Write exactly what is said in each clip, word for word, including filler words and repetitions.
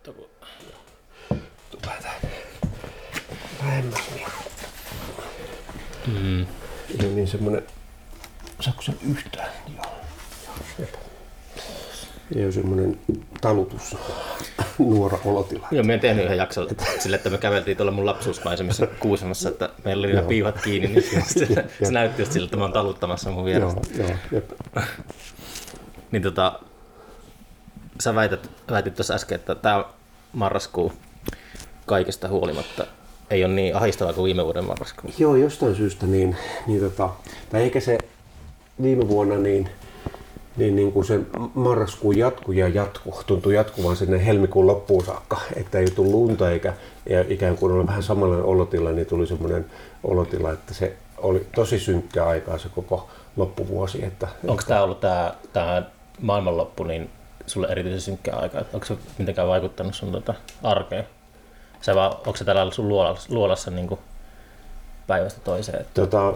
Kato, kun... Tulee tänne lähemmäs. Niin. Mm. Ihan niin semmonen... Saatko sen yhtään? Joo. Joo. Ei ole semmonen talutus nuora olotila. Joo, mä oon tehnyt yhden jakson sille, että me käveltiin tuolla mun lapsuusmaisemissa Kuusamossa, että meillä oli nämä piivat kiinni, niin se, se näytti just siltä, että mä oon taluttamassa mun vierestä. Joo, joo, jep. Niin tota, sä väität, väitit tuossa äsken, että tää marraskuu kaikesta huolimatta ei ole niin ahistava kuin viime vuoden marraskuu. Joo, jostain syystä niin, niin tota, tai eikä se viime vuonna niin, niin, niin kuin se marraskuu jatkuu ja jatkuu, tuntuu jatkuvan sinne helmikuun loppuun saakka, että ei tullut lunta eikä ja ikään kuin oli vähän samanlainen olotila, niin tuli semmoinen olotila, että se oli tosi synkkää aikaa se koko loppuvuosi. Että, onko tämä ollut tämä, tämä maailmanloppu niin sulle erityisen synkkää aikaa? Onko se mitenkään vaikuttanut sun tuota arkeen? Se vaan, onko se täällä sun luolassa, luolassa niin kuin päivästä toiseen? Että... Tota,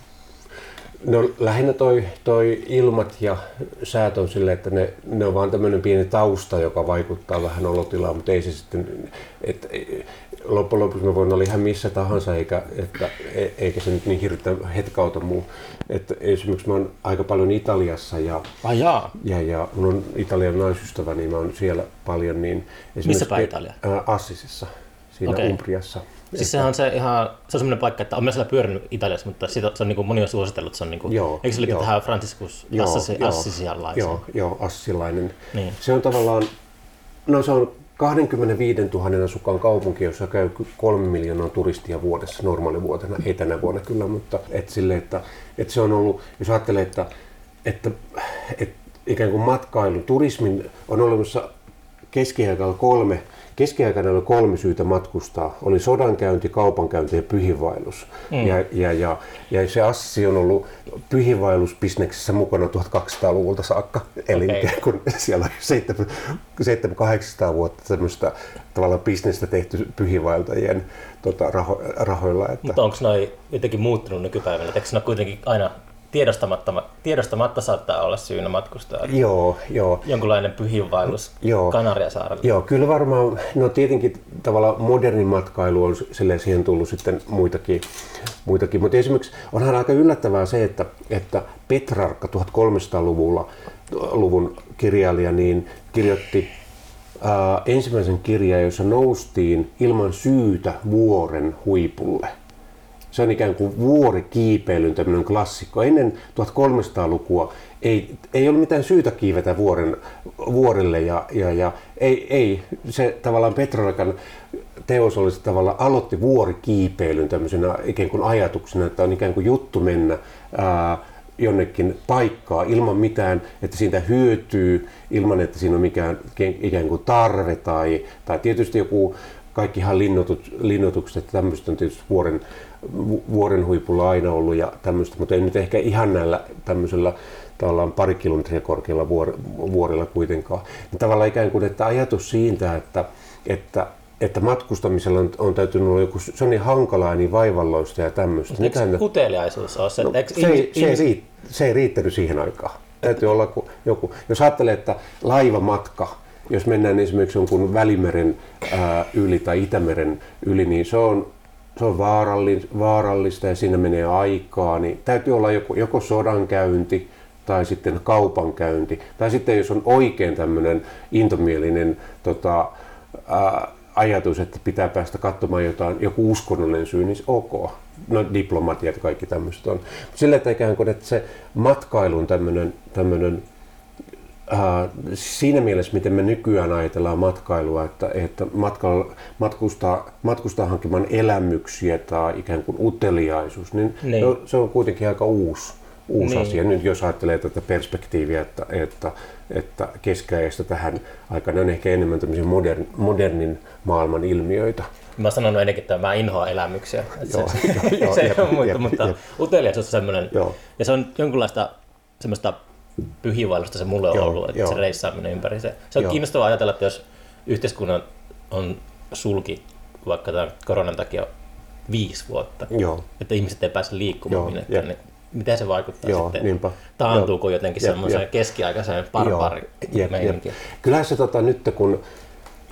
no lähinnä toi, toi ilmat ja säät on silleen, että ne, ne on vaan tämmöinen pieni tausta, joka vaikuttaa vähän olotilaan, mutta ei se sitten, että loppujen lopuksi me voin olla ihan missä tahansa, eikä, että, eikä se nyt niin hirveän hetkauta muu. Että esimerkiksi mä oon aika paljon Italiassa ja, ah, jaa. ja, ja mun on Italian naisystävä, niin mä oon siellä paljon. Niin missä päin Italia? Assisissa, siinä okay. Umbriassa. Siis sehän on se ihan, se on semmoinen paikka, että on myös siellä pyörinyt Italiassa, mutta siitä, se on niin kuin moni on suositellut, se on niin kuin, joo, eikö se olikin tähän Franciscus Assisialaisen? Joo, joo, assisilainen. Niin. Se on tavallaan, no se on kaksikymmentäviisituhatta asukkaan kaupunki, jossa käy kolme miljoonaa turistia vuodessa normaalivuotena, ei tänä vuonna kyllä, mutta et sille, että, että se on ollut, jos ajattelee, että, että, että ikään kuin matkailu, turismin on olemassa keskiaikalla kolme, Keskiaikana oli kolme syytä matkustaa. Oli sodankäynti, kaupankäynti ja pyhiinvaellus. Mm. Ja, ja, ja, ja se Assisi on ollut pyhiinvaellusbisneksessä mukana tuhatkaksisataaluvulta saakka. Eli okay. kun siellä on seitsemänsataa kahdeksansataa vuotta tämmöistä tavallaan bisnestä tehty pyhiinvaeltajien tota, raho, rahoilla. Että... Mutta onko noi jotenkin muuttunut nykypäivänä? Eikö ne kuitenkin aina tiedostamatta, tiedostamatta saattaa olla syynä matkustaa? Joo, joo. Jonkunlainen pyhiinvaellus Kanariasaarella. Joo, kyllä varmaan. No tietenkin tavallaan moderni matkailu on silleen, siihen tullut sitten muitakin. muitakin. Mutta esimerkiksi onhan aika yllättävää se, että, että Petrarka tuhatkolmesataaluvulla luvun kirjailija niin kirjoitti ää, ensimmäisen kirjan, jossa noustiin ilman syytä vuoren huipulle. Se on ikään kuin vuorikiipeilyn tämmöinen klassikko. Ennen tuhatkolmesataalukua ei, ei ollut mitään syytä kiivetä vuoren, vuorille ja, ja, ja ei, ei, se tavallaan Petrarkan teos olisi tavallaan aloitti vuorikiipeilyn tämmöisenä ikään kuin ajatuksena, että on ikään kuin juttu mennä ää, jonnekin paikkaa ilman mitään, että siitä hyötyy, ilman että siinä on mikään ikään kuin tarve tai, tai tietysti joku kaikkihan linnotut, linnoitukset, tämmöistä on tietysti vuoren, vuoren huipulla aina ollut ja tämmöistä, mutta ei nyt ehkä ihan näillä tämmöisellä tavallaan pari kilometriä korkealla vuorella kuitenkaan. Ja tavallaan ikään kuin, että ajatus siitä, että, että, että matkustamisella on, on täytynyt olla joku, se on niin hankalaa, niin vaivalloista ja tämmöistä. Eikö uteliaisuus ole se? No, se, se, ei, se, ei riit, se ei riittänyt siihen aikaan. Täytyy olla joku, jos ajattelee, että laivamatka, jos mennään esimerkiksi jonkun Välimeren ää, yli tai Itämeren yli, niin se on, se on vaarallista ja siinä menee aikaa. Niin täytyy olla joko, joko sodankäynti tai sitten kaupankäynti. Tai sitten jos on oikein tämmöinen intomielinen tota, ää, ajatus, että pitää päästä katsomaan jotain, joku uskonnollinen syy, niin ok. No diplomatiat ja kaikki tämmöiset on. Sillä että ikään kuin, että se matkailun tämmöinen, tämmöinen Uh, siinä mielessä, miten me nykyään ajatellaan matkailua, että, että matka, matkustaa, matkustaa hankkimaan elämyksiä tai ikään kuin uteliaisuus, niin, niin. No, se on kuitenkin aika uusi, uusi niin. asia. Nyt jos ajattelee tätä perspektiiviä, että, että, että keskiajasta tähän aikana on ehkä enemmän tämmöisiä modern, modernin maailman ilmiöitä. Mä oon sanonut ennenkin, että mä inhoan elämyksiä. Joo, se joo, se jep, on muuta, jep, mutta jep. uteliaisuus on semmoinen, joo. ja se on jonkunlaista semmoista pyhiinvaellusta se mulle on joo, ollut, että joo. se reissaaminen ympäri se. Se on joo. kiinnostavaa ajatella, että jos yhteiskunnan on sulki vaikka tämän koronan takia viisi vuotta, joo. että ihmiset ei pääse liikkumaan minnekään, niin miten se vaikuttaa joo, sitten? Niinpä. Taantuuko joo. jotenkin semmoiseen keskiaikaiseen barbaari-meininkiin? Kyllähän se tota, nyt kun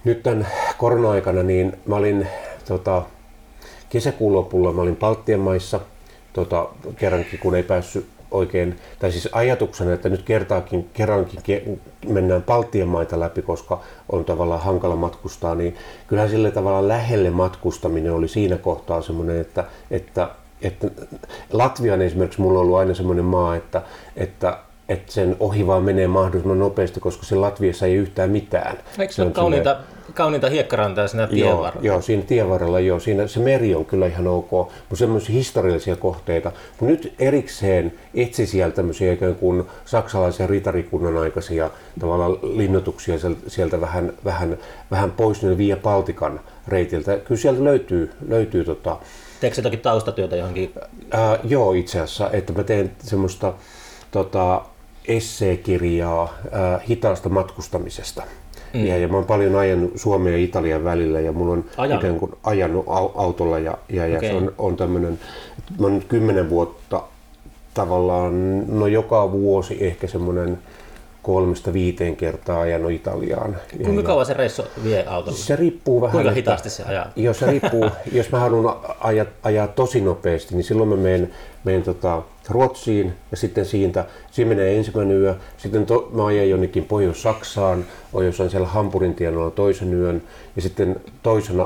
nyt tämän korona-aikana niin mä olin tota, kesäkuun lopulla mä olin Baltian maissa tota, kerrankin, kun ei päässyt oikein, tai siis ajatuksena, että nyt kertaakin, kerrankin ke, mennään Baltian maita läpi, koska on tavallaan hankala matkustaa, niin kyllähän sillä tavalla lähelle matkustaminen oli siinä kohtaa semmoinen, että, että, että Latvian esimerkiksi mulla on ollut aina semmoinen maa, että, että että sen ohi vaan menee mahdollisimman nopeasti, koska se Latviassa ei yhtään mitään. Eikö se ole kauniita, kauniita hiekkarantaa siinä tien varrella? Joo, joo, siinä tien varrella, joo. Siinä se meri on kyllä ihan ok, mutta semmoisia historiallisia kohteita. Mutta nyt erikseen etsi sieltä tämmöisiä ikään kuin saksalaisen ritarikunnan aikaisia tavallaan linnoituksia sieltä vähän, vähän, vähän pois niin Via Baltican reitiltä. Kyllä sieltä löytyy, löytyy tota... Teekö jotakin taustatyötä johonkin? Ää, joo, itse asiassa, että mä teen semmoista tota, esseekirjaa ää, hitaasta matkustamisesta. Mm. Ja, ja mä oon paljon ajanut Suomen ja Italian välillä ja mulla on ajanut, ikään kuin ajanut autolla ja, ja, ja okay. se on, on tämmönen, mä oon nyt kymmenen vuotta tavallaan, no joka vuosi ehkä semmoinen kolmesta viiteen kertaa ajanut Italiaan. Kuinka kauan se reissu vie autolla? Se riippuu vähän. Kuinka hitaasti se ajaa? Joo, se riippuu. Jos mä haluan ajaa, ajaa tosi nopeasti, niin silloin mä menen, menen tota Ruotsiin ja sitten siitä, siinä menee ensimmäinen yö. Sitten to, mä ajan jonnekin Pohjois-Saksaan, on jossain siellä Hampurin tienoilla toisen yön. Ja sitten toisena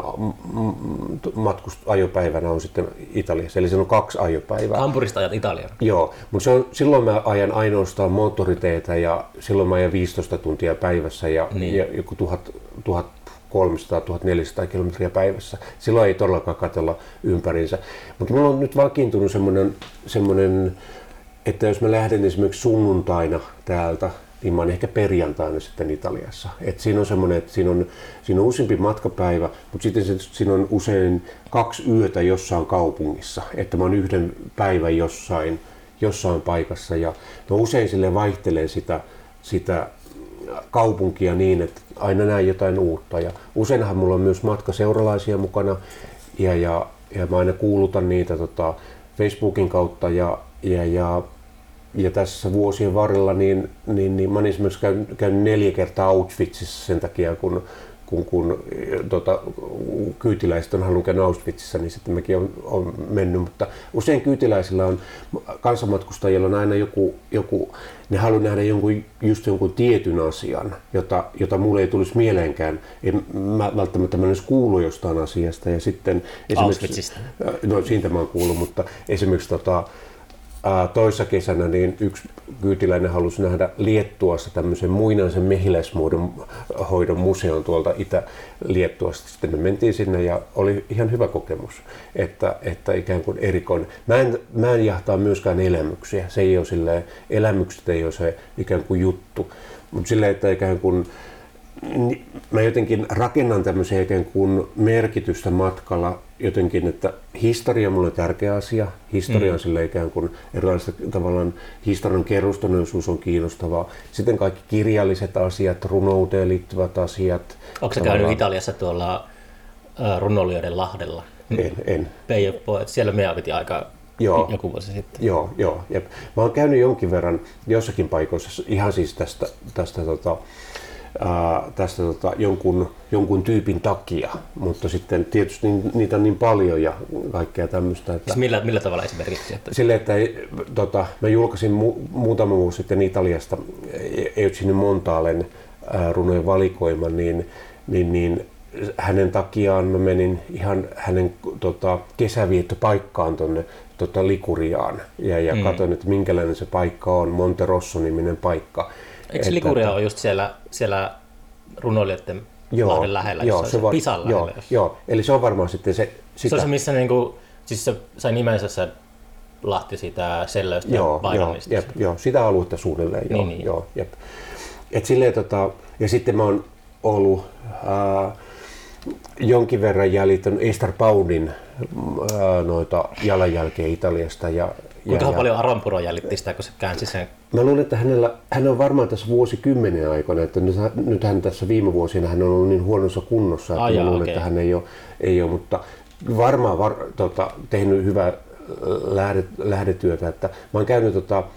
matkust ajopäivänä on sitten Italiassa, eli se on kaksi ajopäivää. Hampurista ajat Italiaan? Joo, mutta se on, silloin mä ajan ainoastaan moottoriteitä ja silloin mä ajan viisitoista tuntia päivässä ja, niin. ja joku tuhat, tuhat kolmesataa tuhatneljäsataa kilometriä päivässä. Silloin ei todellakaan katsella ympäriinsä. Mutta mulla on nyt vakiintunut semmoinen, semmoinen, että jos mä lähden esimerkiksi sunnuntaina täältä, niin mä oon ehkä perjantaina sitten Italiassa. Et siinä on semmoinen, että siinä on, siinä on useampi matkapäivä, mutta sitten se, siinä on usein kaksi yötä jossain kaupungissa. Että mä oon yhden päivän jossain, jossain paikassa ja mä usein sille vaihtelen sitä, sitä kaupunkia niin, että aina näen jotain uutta. Ja useinhan mulla on myös matkaseuralaisia mukana ja, ja, ja mä aina kuulutan niitä tota, Facebookin kautta ja, ja, ja Ja tässä vuosien varrella niin, niin, niin mä olen esimerkiksi käynyt, käynyt neljä kertaa Auschwitzissa sen takia, kun, kun, kun tota, kyytiläiset on halunnut käydä Auschwitzissa, niin sitten mäkin olen, olen mennyt. Mutta usein kyytiläisillä on, kansanmatkustajilla on aina joku, joku ne haluaa nähdä jonkun, just jonkun tietyn asian, jota, jota mulle ei tulisi mieleenkään. En mä välttämättä mä edes kuulu jostain asiasta. Ja sitten Auschwitzista? No siitä mä oon kuullut, mutta esimerkiksi tota, toissa kesänä niin yksi kyytiläinen halusi nähdä Liettuassa tämmöisen muinaisen mehiläismuodon hoidon museon tuolta Itä-Liettuasta. Sitten me mentiin sinne ja oli ihan hyvä kokemus, että, että ikään kuin erikoinen. Mä en, mä en jahtaa myöskään elämyksiä. Se ei ole silleen, elämykset ei ole se ikään kuin juttu, mutta silleen, että ikään kuin mä jotenkin rakennan tämmöisiä ikään kuin merkitystä matkalla jotenkin, että historia on mulle tärkeä asia. Historia on mm. sille ikään kuin erilaista tavallaan historian kerrostuneusuus on kiinnostavaa. Sitten kaikki kirjalliset asiat, runouteen liittyvät asiat. Onko sä käynyt Italiassa tuolla äh, runoilijoiden Lahdella? En, en. Peijopo, siellä me piti aika joo, joku vuosi sitten. Joo, joo. Jep. Mä oon käynyt jonkin verran jossakin paikoissa, ihan siis tästä, tästä tota, Ää, tästä tota, jonkun, jonkun tyypin takia, mutta sitten tietysti niitä on niin paljon ja kaikkea tämmöistä. Että siis millä, millä tavalla esimerkiksi? Että sille, että tota, mä julkaisin mu- muutama vuosi sitten Italiasta Eugenio Montalen ää, runojen valikoiman, niin, niin, niin hänen takiaan mä menin ihan hänen tota, kesäviettopaikkaan tuonne tota, Liguriaan ja, ja mm. katsoin, että minkälainen se paikka on, Monte Rosso-niminen paikka. Eikö Liguria ole just siellä, siellä runoilijoiden Lahden lähellä, joo, se var, Pisan joo, lähellä? Joo, eli se on varmaan sitten se... Sitä. Se on se, missä niinku, siis se sai nimensä se Lahti siitä sellöistä ja painamista. Joo, jep, joo, sitä aluetta suunnilleen, joo. Niin, niin. joo jep. Et silleen, tota, ja sitten mä oon ollut äh, jonkin verran jäljittänyt Ester Paudin äh, noita jalanjälkeä Italiasta. Ja, Kuinka ja, paljon Arampuro jäljitti sitä, kun se käänsi sen? Mä luulen, että hänellä, hän on varmaan tässä vuosikymmenen aikana, että nyt, nyt hän tässä viime vuosina hän on ollut niin huonossa kunnossa, että Ai mä luulen, okay. että hän ei ole, ei ole mutta varmaan var, tota, tehnyt hyvää lähde, lähdetyötä. Että mä oon käynyt tota,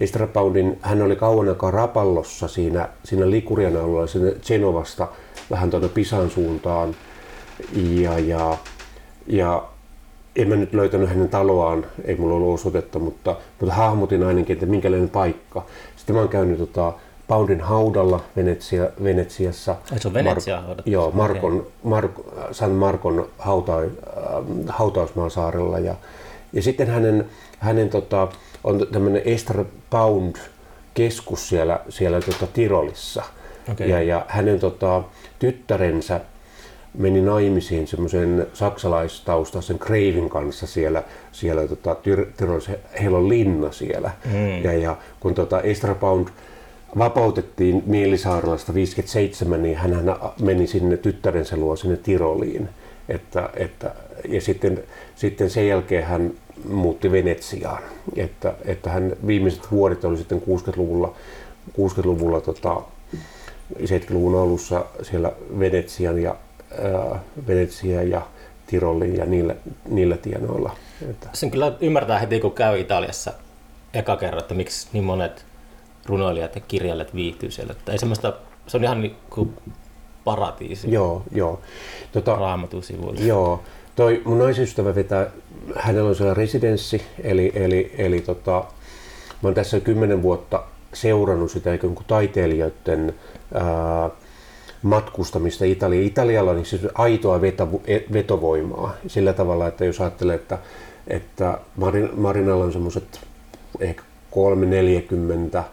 Ezra Poundin, hän oli kauan aikaa Rapallossa siinä, siinä Ligurian alueella, siinä Genovasta vähän tuonne Pisan suuntaan. Ja, ja, ja en mä nyt löytänyt hänen taloaan, ei mulla ollut osoitetta, mutta, mutta hahmotin ainakin, että minkälainen paikka. Sitten mä oon käynyt tota, Poundin haudalla Venetsia, Venetsiassa. Ai se on Venetsia haudattu? Joo, Markon, Mark, San Markon hauta, äh, hautausmaan saarella. Ja, ja sitten hänen, hänen tota, on tämmöinen Ezra Pound keskus siellä, siellä tota, Tirolissa. Okay. Ja, ja hänen tota, tyttärensä meni naimisiin semmoisen saksalaistaustaisen Kreivin kanssa siellä, siellä tota, Tirolissa. Heillä on linna siellä. Mm. Ja, ja kun tota, Ezra Pound vapautettiin Mielisaarelasta viisikymmentäseitsemän, niin hän meni sinne tyttärensä luo sinne Tiroliin. Että, että, ja sitten, sitten sen jälkeen hän muutti Venetsiaan. Että, että hän viimeiset vuodet oli sitten kuusikymmentäluvulla, kuusikymmentäluvulla tota, seitsemänkymmentäluvun alussa siellä Venetsian ja, ää, Venetsia ja Tirolin ja niillä, niillä tienoilla. Että. Sen kyllä ymmärtää heti, kun käy Italiassa eka kerran, että miksi niin monet runoilijat ja kirjailijat viihtyy siellä. Että ei semmoista, se on ihan niin kuin paratiisi. Joo, joo. Tota, Raamatun sivuilla. Joo. Toi mun naisystävä vetää, hänellä on siellä residenssi, eli, eli, eli tota, mä oon tässä kymmenen vuotta seurannut sitä ikään kuin taiteilijoiden ää, matkustamista Italiaan. Italialla on niin siis aitoa veto, vetovoimaa sillä tavalla, että jos ajattelee, että, että Marin, Marinalla on semmoiset ehkä kolme neljäkymmentä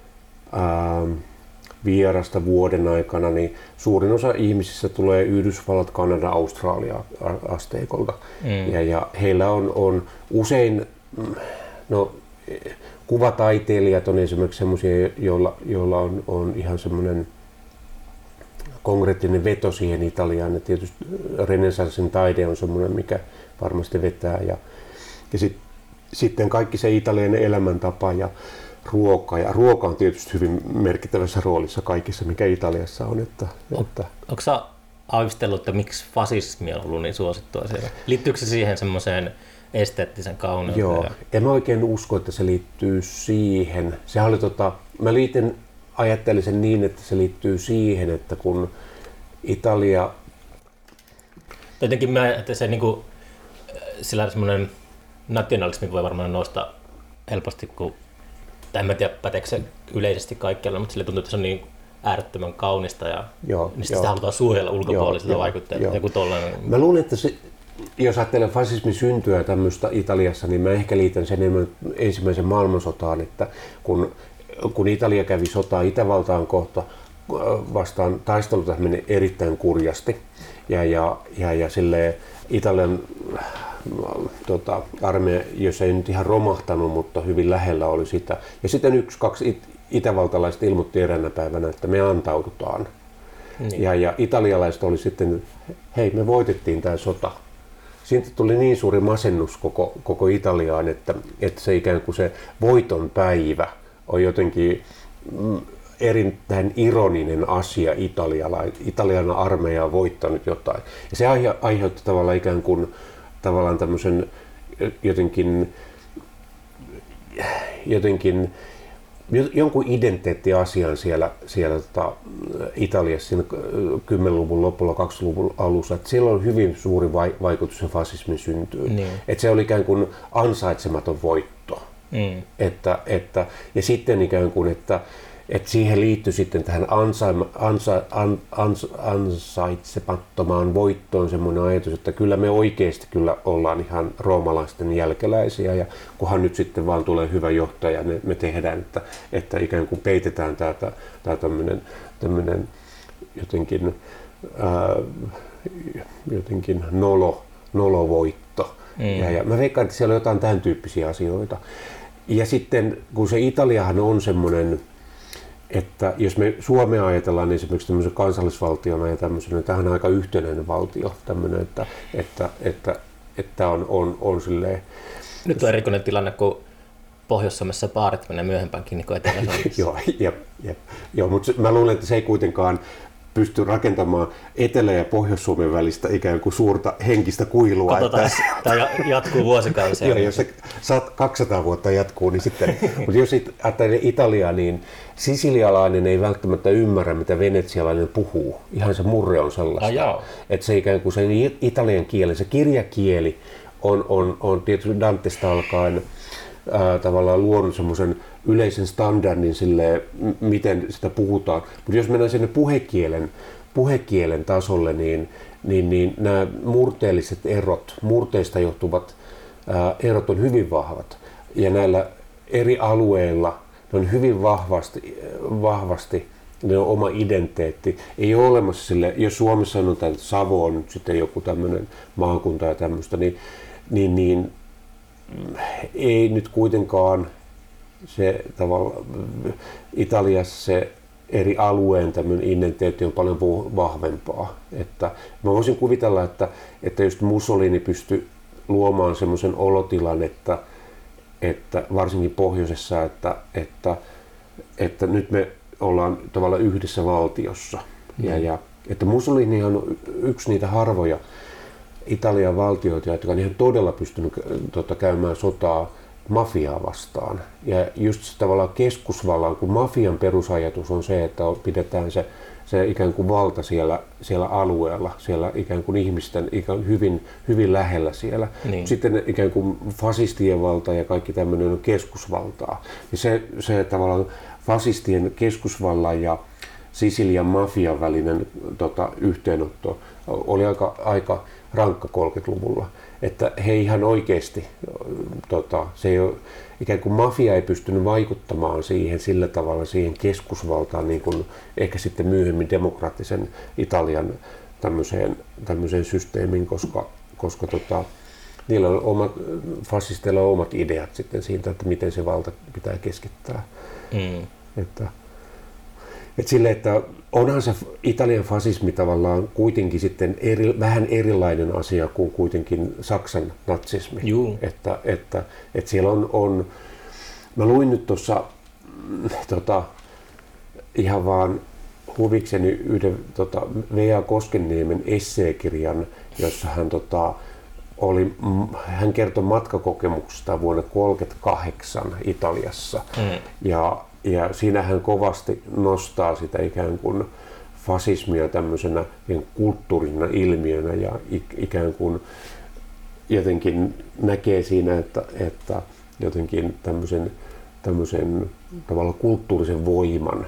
ää, vierasta vuoden aikana, niin suurin osa ihmisistä tulee Yhdysvallat, Kanada, Australia asteikolta. Mm. Ja, ja heillä on, on usein, no kuvataiteilijat on esimerkiksi semmoisia, joilla, joilla on, on ihan semmoinen konkreettinen veto siihen Italiaan. Ja tietysti renessanssin taide on semmoinen, mikä varmasti vetää. Ja, ja sit, sitten kaikki se italialainen elämäntapa ja ruoka. Ja ruoka on tietysti hyvin merkittävässä roolissa kaikissa, mikä Italiassa on. Että, on, että... Onko sä aavistellut, että miksi fasismi on ollut niin suosittua siellä? Liittyykö se siihen semmoiseen esteettisen kauneuteen? Joo, en mä oikein usko, että se liittyy siihen. Sehän oli tota, mä liitin, ajattelin sen niin, että se liittyy siihen, että kun Italia... Jotenkin mä, että se niinku, sillä semmoinen nationalismi voi varmaan nousta helposti, kun, en mä tiedä päteekö se yleisesti kaikkialla, mutta sille tuntuu, että se on niin äärettömän kaunista ja joo, niin sitä halutaan suojella ulkopuolisilta vaikutteilta. Joku tollainen... Mä luulen, että se, jos ajattelee fasismin syntyä tämmöistä Italiassa, niin mä ehkä liitän sen enemmän ensimmäisen maailmansotaan, että kun, kun Italia kävi sotaa Itävaltaan kohta vastaan, taistelut meni erittäin kurjasti ja, ja, ja, ja silleen Italian tota, armeija, jos ei nyt ihan romahtanut, mutta hyvin lähellä oli sitä. Ja sitten yksi, kaksi it, itävaltalaiset ilmoitti eräänä päivänä, että me antaudutaan. Niin. Ja, ja italialaiset oli sitten, hei, me voitettiin tämä sota. Siitä tuli niin suuri masennus koko, koko Italiaan, että, että se ikään kuin se voiton päivä on jotenkin erittäin ironinen asia. Italian armeija on voittanut jotain. Ja se aiheutti tavallaan ikään kuin tavallaan tämmöisen jotenkin, jotenkin jonkun identiteettiasian siellä, siellä tota, Italiassa siinä kymmenluvun lopulla, kaksikymmentäluvun alussa, että siellä on hyvin suuri vaikutus se fasismin syntyyn. Niin. Että se oli ikään kuin ansaitsematon voitto. Mm. Että, että, ja sitten ikään kuin, että, että siihen liittyi sitten tähän ansaima, ansa, an, ans, ansaitsemattomaan voittoon semmoinen ajatus, että kyllä me oikeasti kyllä ollaan ihan roomalaisten jälkeläisiä ja kunhan nyt sitten vaan tulee hyvä johtaja, ne, me tehdään, että, että ikään kuin peitetään tämä, tämä tämmöinen, tämmöinen jotenkin, ää, jotenkin nolo, nolovoitto. Mm. Ja, ja mä veikkaan, että siellä on jotain tämän tyyppisiä asioita. Ja sitten kun se Italiahan on semmoinen, että jos me Suomea ajatellaan niin esimerkiksi tämmöisen kansallisvaltiona ja tämmöisenä, tämähän on aika yhtenäinen valtio, tämmöinen, että, että, että, että on, on, on silleen... Nyt on erikoinen tilanne, kun Pohjois-Suomessa baarit menee myöhempään kiinni kuin Etelä-Suomessa. joo, jep, jep. joo, mutta mä luulen, että se ei kuitenkaan pysty rakentamaan Etelä- ja Pohjois-Suomen välistä ikään kuin suurta henkistä kuilua. Katsotaan, että tämä jatkuu vuosikausia. Joo, jos se kaksisataa vuotta jatkuu, niin sitten, mutta jos ajattelee Italiaa, niin sisilialainen ei välttämättä ymmärrä, mitä venetsialainen puhuu. Ihan se murre on sellaista. Ah, että se ikään kuin se italian kieli, se kirjakieli on, on, on tietysti Dantesta alkaen ää, tavallaan luonut semmoisen yleisen standardin silleen, miten sitä puhutaan. Mutta jos mennään sinne puhekielen, puhekielen tasolle, niin, niin, niin nämä murteelliset erot, murteista johtuvat ää, erot on hyvin vahvat. Ja näillä eri alueilla ne on hyvin vahvasti, vahvasti ne on oma identiteetti. Ei ole olemassa sille, jos Suomessa sanotaan, että Savo on nyt sitten joku tämmöinen maakunta ja tämmöistä, niin, niin, niin ei nyt kuitenkaan se tavallaan Italiassa se eri alueen tämmöinen identiteetti on paljon vahvempaa. Että mä voisin kuvitella, että, että just Mussolini pystyi luomaan semmoisen olotilan, että, että varsinkin pohjoisessa, että, että, että nyt me ollaan tavallaan yhdessä valtiossa. Mm. Ja, ja, että Mussolini on yksi niitä harvoja Italian valtioita, jotka on ihan todella pystynyt tota, käymään sotaa mafiaa vastaan. Ja just se tavallaan keskusvallan, kun mafian perusajatus on se, että pidetään se, se ikään kuin valta siellä, siellä alueella, siellä ikään kuin ihmisten ikään hyvin, hyvin lähellä siellä. Niin. Sitten ikään kuin fasistien valta ja kaikki tämmöinen on keskusvaltaa. Ja se, se tavallaan fasistien keskusvallan ja Sisilian mafian välinen tota, yhteenotto oli aika, aika rankka kolmekymmentäluvulla. Että he ihan oikeasti, tota, se ei ole, ikään kuin mafia ei pystynyt vaikuttamaan siihen sillä tavalla siihen keskusvaltaan, niin kuin ehkä sitten myöhemmin demokraattisen Italian tämmöiseen, tämmöiseen systeemiin, koska, koska tota, niillä on omat, fasisteilla on omat ideat sitten siitä, että miten se valta pitää keskittää. Mm. Että, että sille, että onhan se Italian fasismi tavallaan kuitenkin sitten eri, vähän erilainen asia kuin kuitenkin Saksan natsismi. Että, että, että siellä on, on, mä luin nyt tuossa tota, ihan vaan huvikseni yhden tota, V A Koskenniemen esseekirjan, jossa hän, tota, oli, hän kertoi matkakokemuksesta vuonna tuhatyhdeksänsataakolmekymmentäkahdeksan Italiassa. Mm. Ja Ja siinä hän kovasti nostaa sitä ikään kuin fasismia tämmöisenä kulttuurisena ilmiönä ja ikään kuin jotenkin näkee siinä, että, että jotenkin tämmöisen, tämmöisen tavallaan kulttuurisen voiman,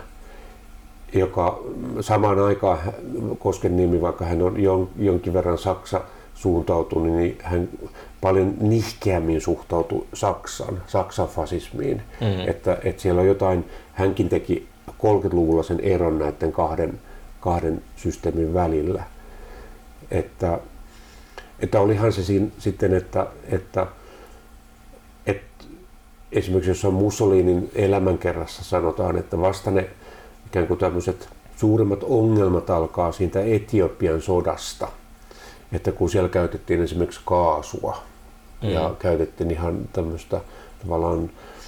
joka samaan aikaan Koskenniemi, vaikka hän on jonkin verran Saksa suuntautunut, niin hän paljon nihkeämmin suhtautui Saksan, Saksan fasismiin. Mm. Että, että siellä on jotain, hänkin teki kolmekymmentäluvulla sen eron näiden kahden, kahden systeemin välillä. Että, että olihan se siinä, sitten, että, että, että esimerkiksi jossain Mussolinin elämänkerrassa sanotaan, että vasta ne ikään kuin tämmöiset suurimmat ongelmat alkaa siitä Etiopian sodasta. Että kun siellä käytettiin esimerkiksi kaasua mm. ja käytettiin ihan tämmöistä tavallaan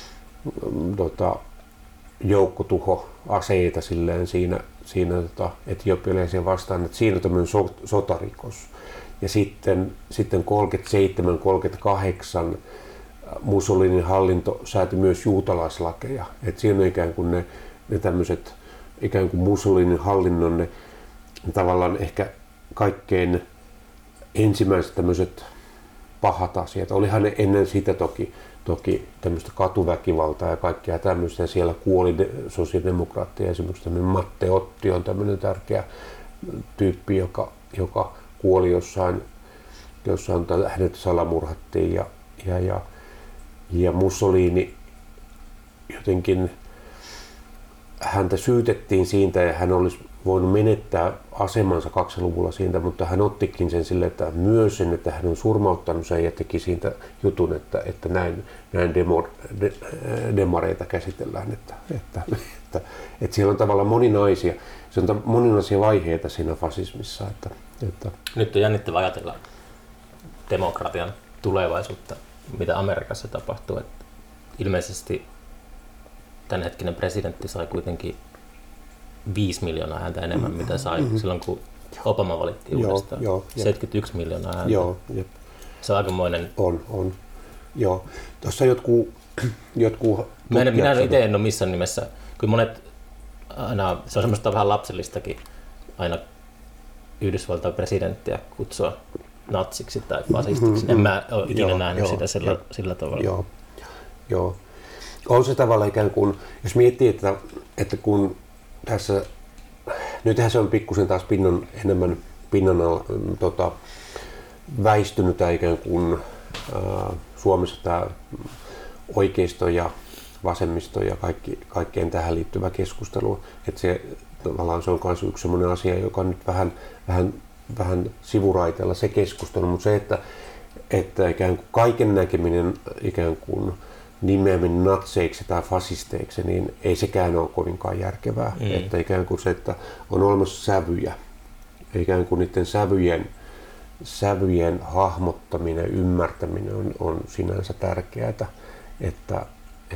tota, joukkotuhoaseita silleen siinä, siinä tota, etiopialaisia vastaan, että siinä on tämmöinen so, sotarikos. Ja sitten, sitten kolmekymmentäseitsemän kolmekymmentäkahdeksan Mussolinin hallinto sääti myös juutalaislakeja. Että siinä on ikään kuin ne, ne tämmöiset ikään kuin Mussolinin hallinnon ne, tavallaan ehkä kaikkein ensimmäiset tämmöiset pahat asiat. Olihan ne ennen sitä toki, toki tämmöistä katuväkivaltaa ja kaikkea tämmöistä. Siellä kuoli de, sosiaalidemokraatteja. Esimerkiksi tämmöinen Matteotti on tämmöinen tärkeä tyyppi, joka, joka kuoli jossain, jossain hänet salamurhattiin. Ja, ja, ja, ja Mussolini jotenkin, häntä syytettiin siitä ja hän olisi voinut menettää asemansa kaksiluvulla siitä, mutta hän ottikin sen sille, että myös sen, että hän on surmauttanut sen ja teki siitä jutun, että, että näin, näin demo, de, demareita käsitellään. Että, että, että, että siellä on tavallaan moninaisia, se on moninaisia vaiheita siinä fasismissa. Että, että. Nyt on jännittävää ajatella demokratian tulevaisuutta, mitä Amerikassa tapahtuu. Että ilmeisesti tämänhetkinen presidentti sai kuitenkin viisi miljoonaa ääntä enemmän, mm. mitä sai mm-hmm. silloin, kun Obama valittiin joo, uudestaan. Joo, seitsemänkymmentäyksi miljoonaa ääntä. Joo, jep. Se on aikamoinen. On, on. Joo. Tuossa jotkut... jotkut minä minä itse en ole missään nimessä, kun monet aina, se on semmoista vähän lapsellistakin, aina Yhdysvaltain presidenttiä kutsua natsiksi tai fasistiksi. En mä ole ikinä joo, nähnyt joo, sitä sillä, joo, sillä tavalla. Joo, joo. On se tavalla ikään kuin, jos miettii, että, että kun tässä, nythän se on pikkusen taas pinnan, enemmän pinnan alla, tota, väistynyt ikään kuin ää, Suomessa tämä oikeisto ja vasemmisto ja kaikki, kaikkeen tähän liittyvä keskustelu, että se tavallaan se on myös yksi sellainen asia, joka on nyt vähän, vähän, vähän sivuraiteella se keskustelu, mutta se, että, että ikään kuin kaiken näkeminen ikään kuin nimeäminen natseiksi tai fasisteiksi, niin ei sekään ole kovinkaan järkevää. Mm. Että ikään kuin se, että on olemassa sävyjä, ikään kuin niiden sävyjen, sävyjen hahmottaminen, ymmärtäminen on, on sinänsä tärkeää. Että, että,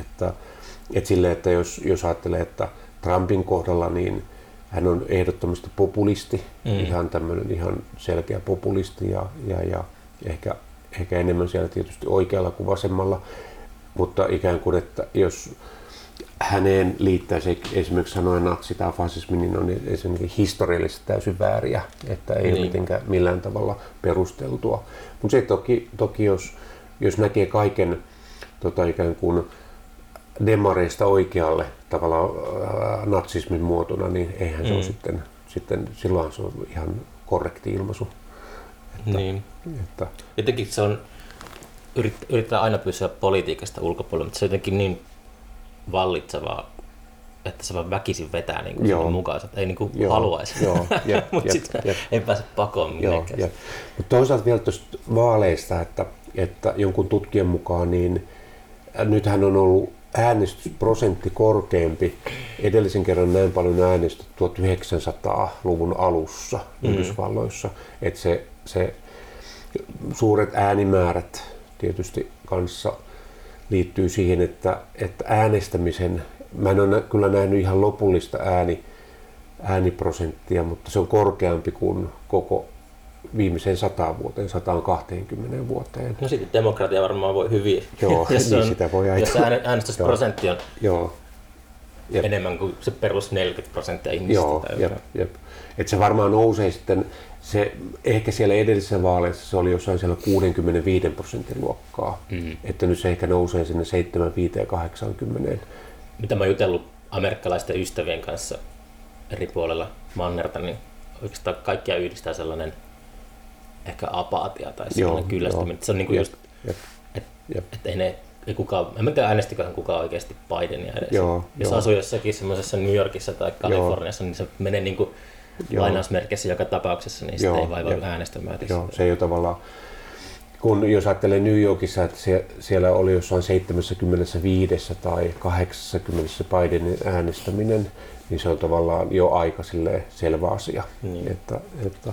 että, sille, että jos, jos ajattelee, että Trumpin kohdalla, niin hän on ehdottomasti populisti, mm. ihan tämmöinen ihan selkeä populisti ja, ja, ja ehkä, ehkä enemmän siellä tietysti oikealla kuin vasemmalla. Mutta ikään kuin, että jos häneen liittäisi esimerkiksi sanoen natsi tai fasismi, niin on esimerkiksi historiallisesti täysin vääriä, että ei niin. ole mitenkään millään tavalla perusteltua. Mutta se toki, toki jos, jos näkee kaiken tota, ikään kuin demareista oikealle tavallaan äh, natsismin muotona, niin eihän se mm. ole sitten, sitten, silloin se on ihan korrekti ilmaisu. Että, niin. että, jotenkin se on, yrittää aina pysyä politiikasta ulkopuolella, mutta se on jotenkin niin vallitsevaa, että se vaan väkisin vetää niin kuin mukaan, että ei niin kuin joo, haluaisi, joo, jep, mutta sitten ei pääse pakoon minnekään. Mutta toisaalta vielä tuosta vaaleista, että, että jonkun tutkijan mukaan, niin nythän on ollut äänestysprosentti korkeampi. Edellisen kerran näin paljon äänestetty tuhatyhdeksänsataaluvun alussa mm. Yhdysvalloissa, että se, se suuret äänimäärät tietysti kanssa liittyy siihen, että, että äänestämisen, mä en ole kyllä nähnyt ihan lopullista ääni, ääniprosenttia, mutta se on korkeampi kuin koko viimeiseen sataan vuoteen, sataan kaksikymmentä vuoteen. No sitten demokratia varmaan voi hyvin, joo, jos, niin on, sitä voi jos äänestysprosentti on joo. Jep. enemmän kuin se perus neljäkymmentä prosenttia ihmisistä. Joo, jep, jep. Et se varmaan nousee sitten, se, ehkä siellä edellisessä vaaleissa se oli jossain siellä kuusikymmentäviisi prosentin luokkaa, mm-hmm. että nyt se ehkä nousee sinne seitsemänkymmentäviisi kahdeksankymmentä. Mitä mä oon jutellut amerikkalaisten ystävien kanssa eri puolella mannerta, niin oikeastaan kaikkia yhdistää sellainen ehkä apaatia tai sellainen kyllästyminen. Se on niinku just, että et ei ne, ei kukaan, en mä tiedä äänestiköhän kukaan oikeasti Bidenia edes. Joo, jos joo. asuu jossakin semmoisessa New Yorkissa tai Kaliforniassa, niin se menee niinku lainausmerkeissä joka tapauksessa, niin sitä ei vaivaudu äänestämään. Joo, se ei ole tavallaan, kun jos ajattelee New Yorkissa, että se, siellä oli jossain seitsemänkymmentäviisi tai kahdeksankymmentä Bidenin äänestäminen, niin se on tavallaan jo aika selvä asia. Niin. Että, että,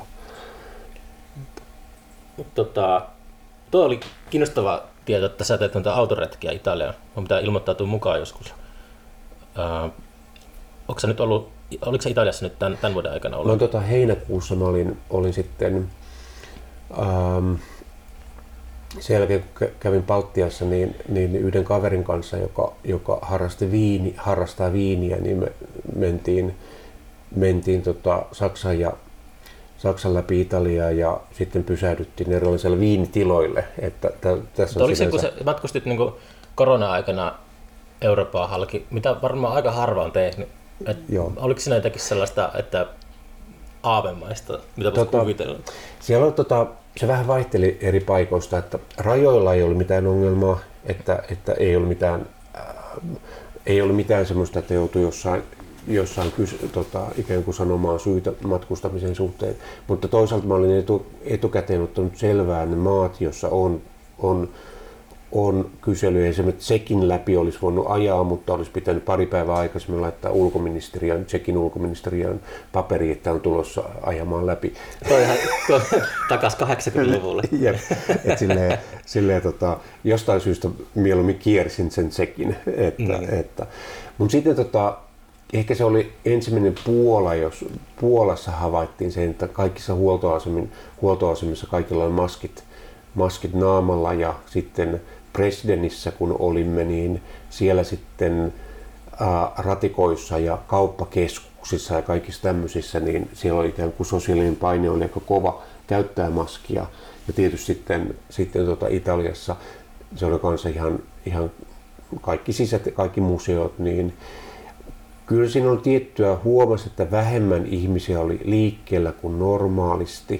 Tota, tuo oli kiinnostava tieto, että sä teet noita autoretkiä Italiaan. On pitää ilmoittautua mukaan joskus. Uh, onko sä nyt ollut, oliko sä Italiassa nyt tämän, tämän vuoden aikana ollut? No tota, heinäkuussa mä olin, olin sitten, ähm, sen jälkeen kun kävin Baltiassa, niin, niin yhden kaverin kanssa, joka, joka harrasti viini, harrastaa viiniä, niin me mentiin, mentiin tota Saksan ja Saksan läpi Italiaa ja sitten pysähdyttiin erilaisille viinitiloille. Että t- tässä oliko sinänsä... se, kun sä matkustit niin korona-aikana Eurooppaan halki, mitä varmaan aika harva on tehnyt, et oliko siinä jotakin sellaista, että aavemaista, mitä voisi tota, kuvitella? Siellä on, tota, se vähän vaihteli eri paikoista, että rajoilla ei ollut mitään ongelmaa, että, että ei ollut mitään, äh, ei ollut mitään semmoista, että joutui jossain jossain kys, tota, ikään kuin sanomaan syytä matkustamisen suhteen, mutta toisaalta mä olin etu, etukäteen ottanut selvää ne maat, joissa on, on, on kyselyjä. Esimerkiksi Tsekin läpi olisi voinut ajaa, mutta olisi pitänyt pari päivää aikaisemmin laittaa ulkoministeriön, Tsekin ulkoministeriön paperi, että on tulossa ajamaan läpi. Toihan tuo, takas kahdeksankymmentäluvulle. Jep, et silleen, silleen, tota, jostain syystä mieluummin kiersin sen Tsekin. Että, mm. että. Mutta sitten tota, ehkä se oli ensimmäinen Puola, jos Puolassa havaittiin sen, että kaikissa huoltoasemissa, huoltoasemissa kaikilla on maskit, maskit naamalla ja sitten Dresdenissä kun olimme, niin siellä sitten ää, ratikoissa ja kauppakeskuksissa ja kaikissa tämmöisissä, niin siellä oli ikään kuin sosiaalinen paine oli aika kova käyttää maskia. Ja tietysti sitten, sitten tuota Italiassa se oli kanssa ihan, ihan kaikki sisät, kaikki museot, niin kyllä siinä on tiettyä, huomasi, että vähemmän ihmisiä oli liikkeellä kuin normaalisti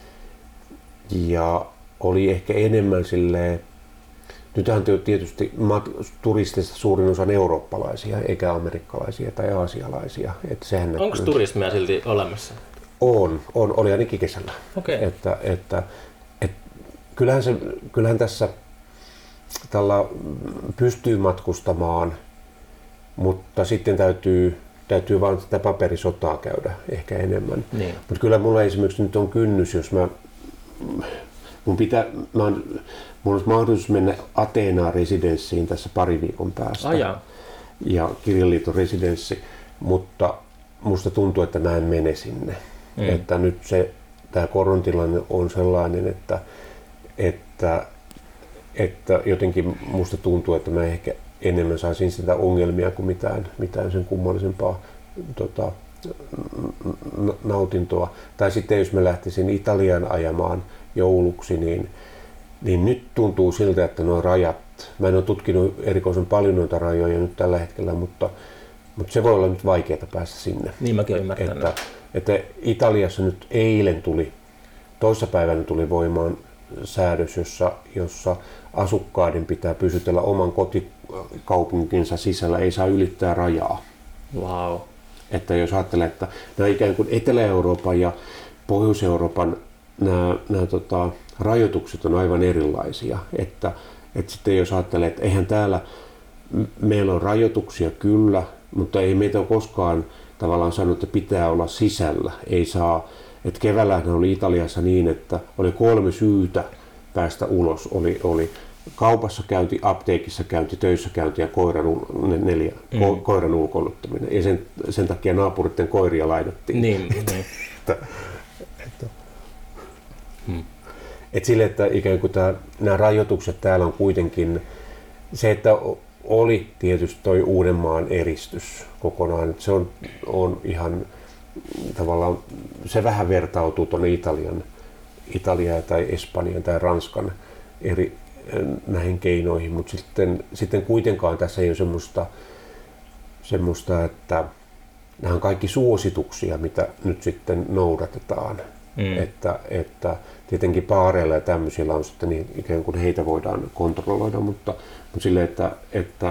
ja oli ehkä enemmän silleen, nythän tietysti turisteista suurin osa on eurooppalaisia eikä amerikkalaisia tai aasialaisia. Että sehän onko näkyy. Turismia silti olemassa? On, on oli ainakin kesällä. Okay. Että, että, että, kyllähän, se, kyllähän tässä tällä pystyy matkustamaan, mutta sitten täytyy, täytyy vain sitä paperisotaa käydä ehkä enemmän. Niin. Mutta kyllä mulla esimerkiksi nyt on kynnys, jos mä, mun pitää, mä on, mulla olisi mahdollisuus mennä Ateenaan residenssiin tässä pari viikon päästä. Ah, ja Kirjaliiton residenssi, mutta musta tuntuu, että mä en mene sinne. Mm. Että nyt se, tämä koronatilanne on sellainen, että, että, että jotenkin musta tuntuu, että mä ehkä enemmän saisin sitä ongelmia kuin mitään, mitään sen kummallisempaa tota, nautintoa. Tai sitten jos mä lähtisin Italiaan ajamaan jouluksi, niin, niin nyt tuntuu siltä, että nuo rajat, mä en ole tutkinut erikoisen paljon noita rajoja nyt tällä hetkellä, mutta, mutta se voi olla nyt vaikeaa päästä sinne. Niin mäkin olen ymmärtänyt. Että, että Italiassa nyt eilen tuli, toissapäivänä tuli voimaan säädös, jossa, jossa asukkaiden pitää pysytellä oman kotikaupunkinsa sisällä, ei saa ylittää rajaa. Wow. Että jos ajattelee, että nämä ikään kuin Etelä-Euroopan ja Pohjois-Euroopan nämä, nämä tota, rajoitukset on aivan erilaisia. Että, että sitten jos ajattelee, että eihän täällä, meillä on rajoituksia kyllä, mutta ei meitä ole koskaan tavallaan sanonut, että pitää olla sisällä. Ei saa, että keväällähän oli Italiassa niin, että oli kolme syytä päästä ulos. Oli, oli kaupassa käynti, apteekissa käynti, töissä käynti ja koiran, neljä, mm. ko, koiran ulkoiluttaminen. Ja sen, sen takia naapuritten koiria laitettiin. Niin, niin. että, että, hmm. että sille, että ikään kuin tämä, nämä rajoitukset täällä on kuitenkin se, että oli tietysti toi Uudenmaan eristys kokonaan. Että se on, on ihan tavallaan, se vähän vertautuu tuonne Italian, Italiaan tai Espanjan tai Ranskan eri näihin keinoihin, mutta sitten, sitten kuitenkaan tässä ei ole semmoista, semmoista, että nämä on kaikki suosituksia, mitä nyt sitten noudatetaan. Mm. Että, että tietenkin baareilla ja tämmöisillä on sitten niin ikään kuin heitä voidaan kontrolloida, mutta, mutta silleen, että, että,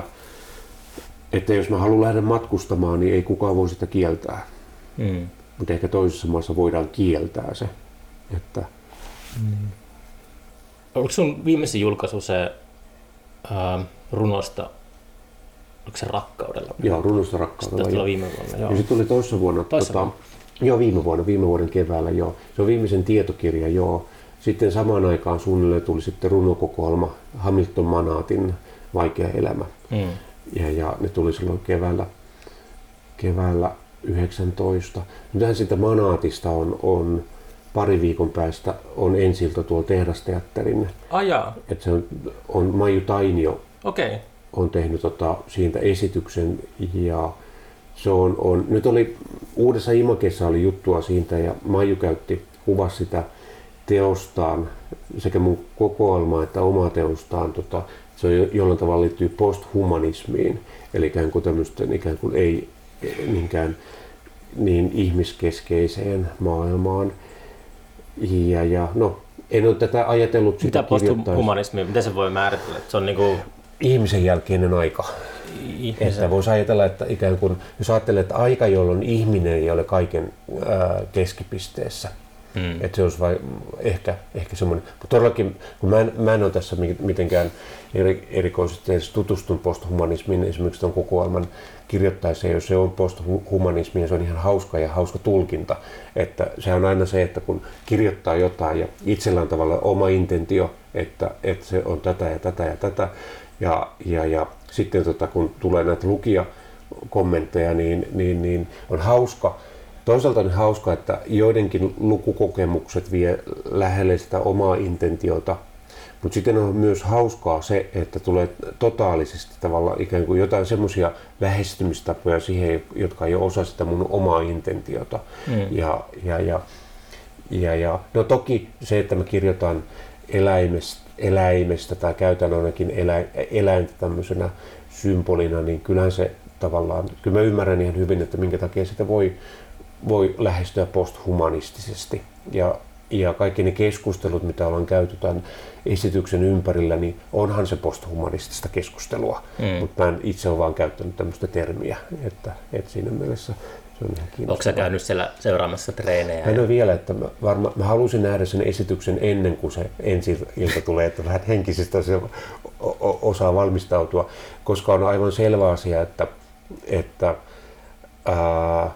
että jos mä haluan lähteä matkustamaan, niin ei kukaan voi sitä kieltää. Mm. Mutta ehkä toisessa maassa voidaan kieltää se. Että, mm. Oliko sun viimeisin julkaisu se ää, runosta, oliko se Rakkaudella? Joo, runosta Rakkaudella. Se tuli viime vuonna, joo. Ja se tuli toissa vuonna. Toissa tota, vuonna. Joo, viime vuonna, viime vuoden keväällä, joo. Se on viimeisen tietokirja, joo. Sitten samaan aikaan suunnilleen tuli sitten runokokoelma Hamilton Manaatin Vaikea elämä. Mm. Ja, ja ne tuli silloin keväällä, keväällä yhdeksäntoista. Nythän siitä Manaatista on, on pari viikon päästä on ensiltä tuolla Tehdasteatterin. Ajaa. Että se on, on Maiju Tainio okay. on tehnyt tota, siitä esityksen ja se on, on, nyt oli Uudessa Imakessa oli juttua siitä ja Maiju käytti, kuvasi sitä teostaan sekä mun kokoelmaa että omaa teostaan. Tota, se on jollain tavalla liittyy posthumanismiin, eli ikään kuin tämmöisten ikään kuin ei niinkään niin ihmiskeskeiseen maailmaan. Ja, ja no, en ole tätä ajatellut sitä kirjoittaessa. Mitä posthumanismi, miten se voi määritellä? Se on niinku ihmisen jälkeinen aika. Ihmisen. Että voisi ajatella, että ikään kuin, jos ajattelee, että aika, jolloin ihminen ei ole kaiken ää, keskipisteessä, hmm. että se olisi vai, ehkä, ehkä semmoinen. Mutta todellakin, kun mä en, mä en ole tässä mitenkään eri, erikoisesti edes tutustunut posthumanismiin, esimerkiksi tuon kokoelman kirjoittaessa, jos se on posthumanismi ja se on ihan hauska ja hauska tulkinta, että se on aina se, että kun kirjoittaa jotain ja itsellä on tavallaan oma intentio, että, että se on tätä ja tätä ja tätä, ja, ja, ja sitten tota, kun tulee näitä lukija, kommentteja, niin, niin, niin on hauska. Toisaalta on hauska, että joidenkin lukukokemukset vie lähelle sitä omaa intentiota, mutta sitten on myös hauskaa se, että tulee totaalisesti tavallaan ikään kuin jotain semmoisia lähestymistapoja siihen, jotka ei ole osa sitä mun omaa intentiota. Mm. Ja, ja, ja, ja, ja, no toki se, että mä kirjoitan eläimestä, eläimestä tai käytän ainakin elä, eläintä tämmöisenä symbolina, niin kyllähän se tavallaan, kyllä mä ymmärrän ihan hyvin, että minkä takia sitä voi, voi lähestyä posthumanistisesti. Ja, ja kaikki ne keskustelut, mitä ollaan käyty tämän esityksen ympärillä, niin onhan se posthumanistista keskustelua, mm. mutta mä en itse ole vaan käyttänyt tämmöistä termiä, että, että siinä mielessä se on ihan kiinnostavaa. Onko sä käynyt siellä seuraamassa treenejä? Mä en ole vielä, että mä, varma, mä halusin nähdä sen esityksen ennen kuin se ensi ilta tulee, että vähän henkisesti se osaa valmistautua, koska on aivan selvä asia, että, että ää,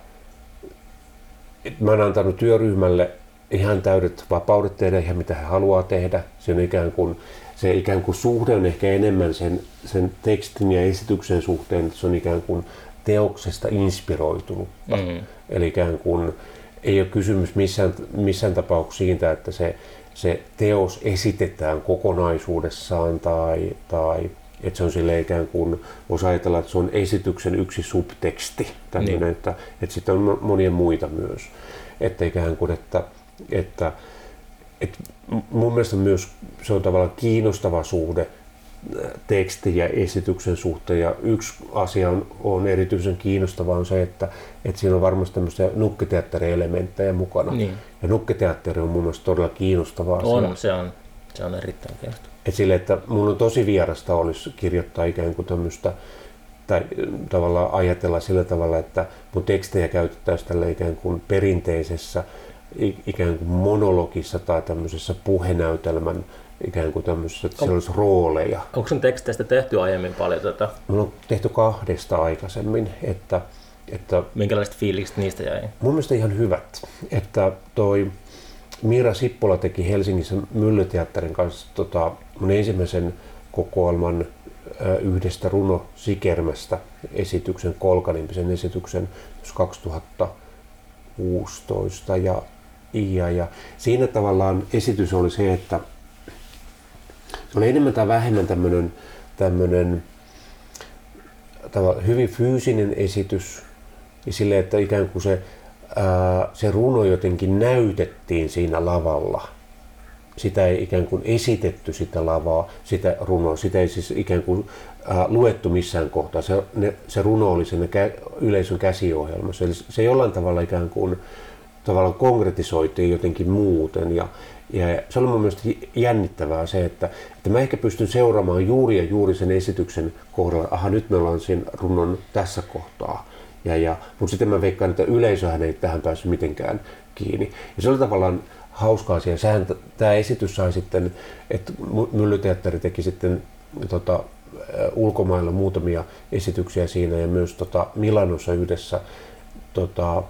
mä oon antanut työryhmälle ihan täydet vapaudet tehdä ihan mitä he haluaa tehdä. Se on ikään kuin, se ikään kuin suhde on ehkä enemmän sen, sen tekstin ja esityksen suhteen, että se on ikään kuin teoksesta inspiroitunutta. Mm-hmm. Eli ikään kuin ei ole kysymys missään, missään tapauksessa siitä, että se, se teos esitetään kokonaisuudessaan tai, tai että se on sille ikään kuin, voisi ajatella, että se on esityksen yksi subteksti, tämmöinen, niin. että, että sitten on monia muita myös. Että ikään kuin, että, että, että mun mielestä myös se on tavallaan kiinnostava suhde tekstin ja esityksen suhteen. Ja yksi asia on, on erityisen kiinnostava on se, että, että siinä on varmasti tämmöisiä nukketeatterielementtejä mukana. Niin. Ja nukketeatteri on mun mielestä todella kiinnostava asia. On, se on, se on erittäin kiinnostava. Et sille, että mun on tosi vierasta olisi kirjoittaa ikään kuin tämmöistä, tai tavallaan ajatella sillä tavalla, että mun tekstejä käytettäisiin tällä ikään kuin perinteisessä ikään kuin monologissa tai tämmöisessä puhenäytelmän ikään kuin tämmöisessä, että siellä olisi rooleja. Onko sun teksteistä tehty aiemmin paljon tätä? Mulla on tehty kahdesta aikaisemmin, että... että minkälaiset fiilikset niistä jäi? Mun mielestä ihan hyvät, että toi Miira Sippola teki Helsingissä Myllyteatterin kanssa tota, mun ensimmäisen kokoelman yhdestä runosikermästä esityksen, Kolkanimisen esityksen kaksituhattakuusitoista ja, ja, ja siinä tavallaan esitys oli se, että se oli enemmän tai vähemmän tämmöinen, tämmöinen hyvin fyysinen esitys ja silleen, että ikään kuin se, ää, se runo jotenkin näytettiin siinä lavalla. Sitä ei ikään kuin esitetty sitä lavaa, sitä runoa, sitä ei siis ikään kuin ää, luettu missään kohtaa. Se, ne, se runo oli siinä kä, yleisön käsiohjelmassa, eli se jollain tavalla ikään kuin tavallaan konkretisoitiin jotenkin muuten. Ja, ja se oli mun mielestä jännittävää se, että, että mä ehkä pystyn seuraamaan juuri ja juuri sen esityksen kohdalla, aha nyt me ollaan siinä runon tässä kohtaa. Ja, ja, mutta sitten mä veikkaan, että yleisöhän ei tähän päässyt mitenkään kiinni. Ja se oli tavallaan hauska asia. Sehän tämä esitys sai sitten, että Myllyteatteri teki sitten tota, ulkomailla muutamia esityksiä siinä ja myös tota, Milanossa yhdessä tota,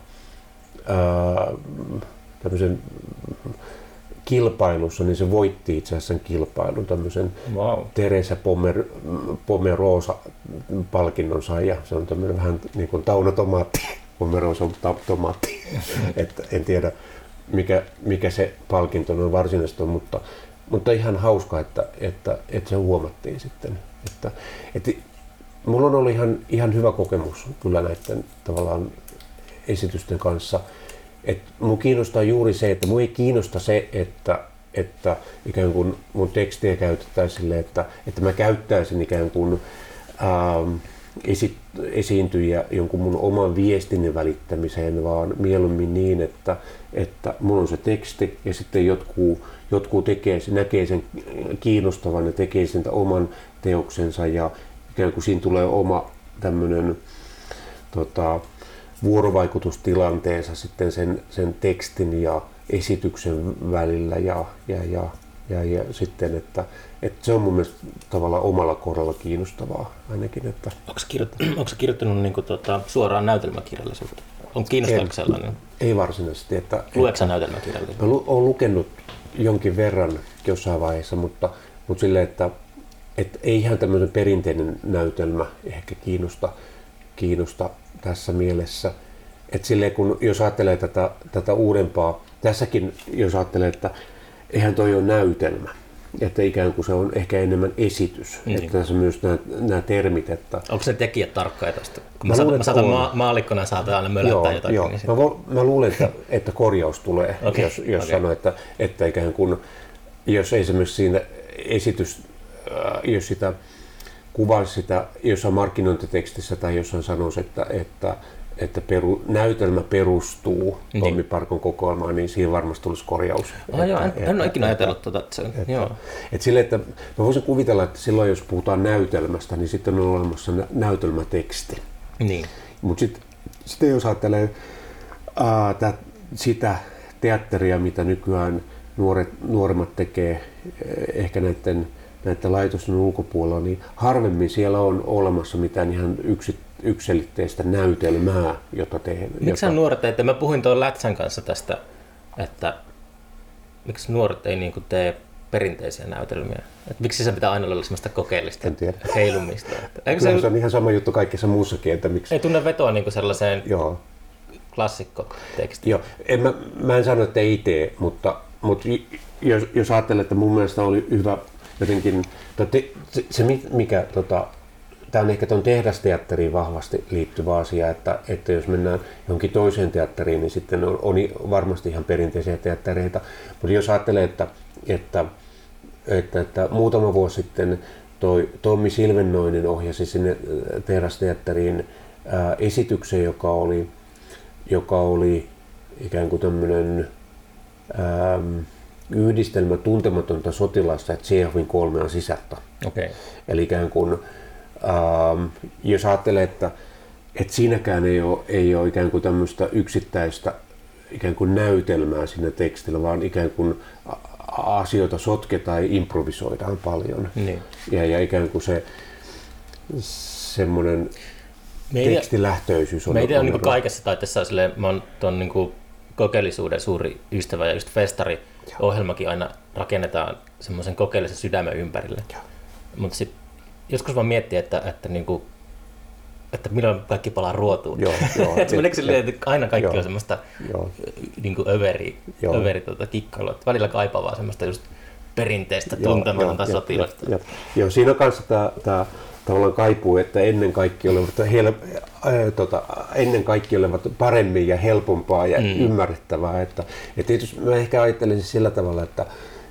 ää, tämmöisen kilpailussa, niin se voitti itse asiassa sen kilpailun, tämmöisen wow. Teresa Pomer, Pomerosa-palkinnon sai, ja se on tämmöinen vähän niin kuin Tauno-tomaatti, Pomerosa tomaatti, että en tiedä mikä, mikä se palkinto on varsinaisesti on, mutta, mutta ihan hauska, että, että, että se huomattiin sitten, että, että mulla on ollut ihan, ihan hyvä kokemus kyllä näiden tavallaan esitysten kanssa. Että mun kiinnostaa juuri se, että mun ei kiinnosta se, että, että ikään kuin mun tekstiä käytettäisiin silleen, että, että mä käyttäisin ikään kuin ähm, esi, esiintyjä jonkun mun oman viestini välittämiseen, vaan mieluummin niin, että, että mun on se teksti ja sitten jotkut, jotkut tekee, näkee sen kiinnostavan ja tekee sen oman teoksensa ja ikään kuin siinä tulee oma tämmöinen tota, vuorovaikutustilanteensa sitten sen, sen tekstin ja esityksen välillä ja, ja, ja, ja, ja sitten, että, että se on mun mielestä tavallaan omalla kohdalla kiinnostavaa ainakin. Että onko sä kirjoittanut, onko sä kirjoittanut niin kuin, tuota, suoraan näytelmäkirjallisuutta? On kiinnostavaa sellainen? Ei varsinaisesti. Että, luetko sä näytelmäkirjallisuutta? Mä olen lukenut jonkin verran jossain vaiheessa, mutta, mutta silleen, että, että ei ihan tämmöinen perinteinen näytelmä ehkä kiinnosta. kiinnosta tässä mielessä. Et silleen, kun jos ajattelee tätä, tätä uudempaa, tässäkin jos ajattelee, että eihän toi ole näytelmä, että ikään kuin se on ehkä enemmän esitys, niin. Että tässä myös nämä, nämä termit. Että... Onko ne tekijät tarkkoja tuosta? Kun mä, mä, luulen, mä saatan ma- maalikkona saatan aina mölättää joo, jotakin. Joo. Niin mä, vo, mä luulen, että, että korjaus tulee, okay, jos, jos okay. sanoo, että, että ikään kuin, jos esimerkiksi siinä esitys, jos sitä kuvaisi sitä jossain markkinointitekstissä tai jossain sanoisi, että, että, että peru, näytelmä perustuu niin. Tommi Parkon kokoelmaan, niin siihen varmasti tulisi korjaus. Ah, että, joo, en, en ole ikinä ajatellut tuota. Että, että, joo. Että sille, että mä voisin kuvitella, että silloin jos puhutaan näytelmästä, niin sitten on olemassa näytelmäteksti. Niin. Mutta sitten sit jos ajattelee ää, tät, sitä teatteria, mitä nykyään nuoret, nuoremmat tekee, ehkä näiden näiden laitosten ulkopuolella, niin harvemmin siellä on olemassa mitään ihan yksi, yksiselitteistä näytelmää, jota tehdään. Miksi jota... nuoret teette? Mä puhuin tuon Lätsän kanssa tästä, että miksi nuoret ei niin kuin tee perinteisiä näytelmiä? Et miksi se pitää aina olla sellaista kokeellista heilumista? Eikö se... se on ihan sama juttu kaikessa muussakin. Että miksi... Ei tunne vetoa niin kuin sellaiseen Joo. klassikkotekstiin. Joo. En mä, mä en sano, että ei tee, mutta, mutta jos, jos ajattelee, että mun mielestä oli hyvä jotenkin, se, se mikä, tota, tämä on ehkä tuon tehdasteatteriin vahvasti liittyvä asia, että, että jos mennään johonkin toiseen teatteriin, niin sitten on, on varmasti ihan perinteisiä teattereita, mutta jos ajattelee, että, että, että, että muutama vuosi sitten toi Tommi Silvennoinen ohjasi sinne tehdasteatteriin ää, esityksen, joka oli, joka oli ikään kuin tämmöinen ää, yhdistelmä Tuntematonta sotilasta ja Tšehovin kolmea sisältä. Okay. Eli ikään kuin, ähm, jos ajattelee, että, että siinäkään ei ole, ei ole ikään kuin tämmöistä yksittäistä ikään kuin näytelmää siinä tekstillä, vaan ikään kuin asioita sotketaan ja improvisoidaan paljon. Niin. Ja, ja ikään kuin se semmoinen tekstilähtöisyys on. Meitä on, on niin kaikessa taiteessa silleen, mä oon ton niin kuin kokeellisuuden suuri ystävä ja just festari-ohjelmakin aina rakennetaan semmoisen kokeellisen sydämen ympärille. Mutta sitten joskus vaan miettii, että, että, niinku, että milloin kaikki palaa ruotuun. Joo, joo, et meneekö silleen, että aina kaikki joo, on semmoista joo. Niinku överi, överi tuota, kikkailua. Välillä kaipaavaa semmoista just perinteistä tuntematonta sotilasta. Joo, joo, joo, siinä on kanssa tämä tavallaan kaipuu, että ennen kaikki olivat, hel, äh, tota, ennen kaikki olivat paremmin ja helpompaa ja mm. ymmärrettävää. Että, et tietysti mä ehkä ajattelisin sillä tavalla, että,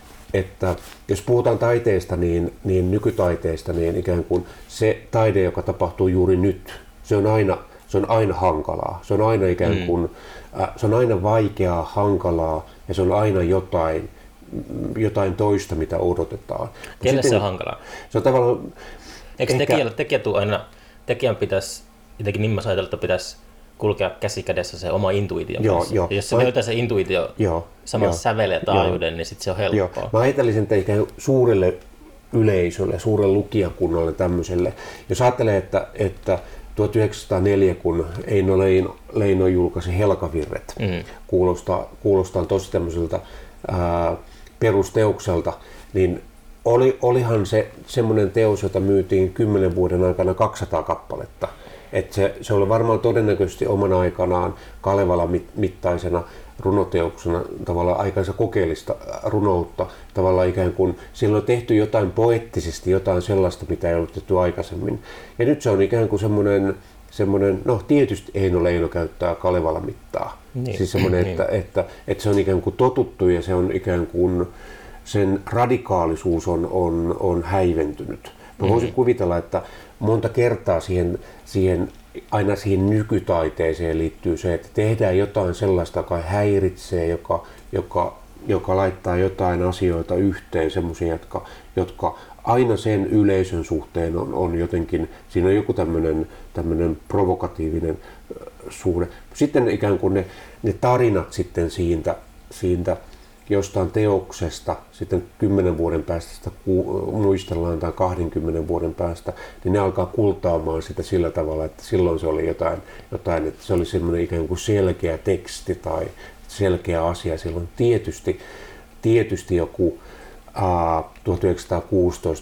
että jos puhutaan taiteesta, niin, niin nykytaiteesta, niin ikään kuin se taide, joka tapahtuu juuri nyt, se on aina, se on aina hankalaa. Se on aina ikään kuin, mm. äh, se on aina vaikeaa, hankalaa ja se on aina jotain, jotain toista, mitä odotetaan. Kelle se on hankalaa? Se on tavallaan... Eikö ehkä... tekijällä, tekijä tuu aina, tekijän pitäisi, jotenkin niin mä ajattelin, että pitäisi kulkea käsi kädessä se oma intuitio joo, kanssa. Jo. Ja jos se löytää se intuitio samassa sävelle ja taajuuden, niin sitten se on helppoa. Joo. Mä ajattelisin, että ikään suurelle yleisölle, suurelle lukijakunnalle tämmöiselle, jos ajattelee, että, että tuhatyhdeksänsataaneljä, kun Eino Leino, Leino julkaisi Helkavirret, mm. kuulostaa, kuulostaa tosi tämmöiseltä ää, perusteokselta, niin Oli, olihan se semmoinen teos, jota myytiin kymmenen vuoden aikana kaksisataa kappaletta. Et se, se oli varmaan todennäköisesti omana aikanaan Kalevala-mittaisena runoteoksena tavallaan aikansa kokeellista runoutta. Tavallaan ikään kuin silloin on tehty jotain poeettisesti, jotain sellaista, mitä ei ollut tehty aikaisemmin. Ja nyt se on ikään kuin semmoinen, semmoinen no tietysti Eino Leino käyttää Kalevala-mittaa. Niin. Siis semmoinen, niin. että, että, että se on ikään kuin totuttu ja se on ikään kuin sen radikaalisuus on, on, on häiventynyt. Mä voisin mm-hmm. kuvitella, että monta kertaa siihen, siihen, aina siihen nykytaiteeseen liittyy se, että tehdään jotain sellaista, joka häiritsee, joka, joka, joka laittaa jotain asioita yhteen, semmoisia, jotka, jotka aina sen yleisön suhteen on, on jotenkin, siinä on joku tämmöinen, tämmöinen provokatiivinen suhde. Sitten ikään kuin ne, ne tarinat sitten siitä, siitä jostain teoksesta, sitten kymmenen vuoden päästä sitä muistellaan tai kahdenkymmenen vuoden päästä, niin ne alkaa kultaamaan sitä sillä tavalla, että silloin se oli jotain, jotain että se oli semmoinen ikään kuin selkeä teksti tai selkeä asia. Silloin tietysti, tietysti joku ää, tuhatyhdeksänsataakuusitoista tuli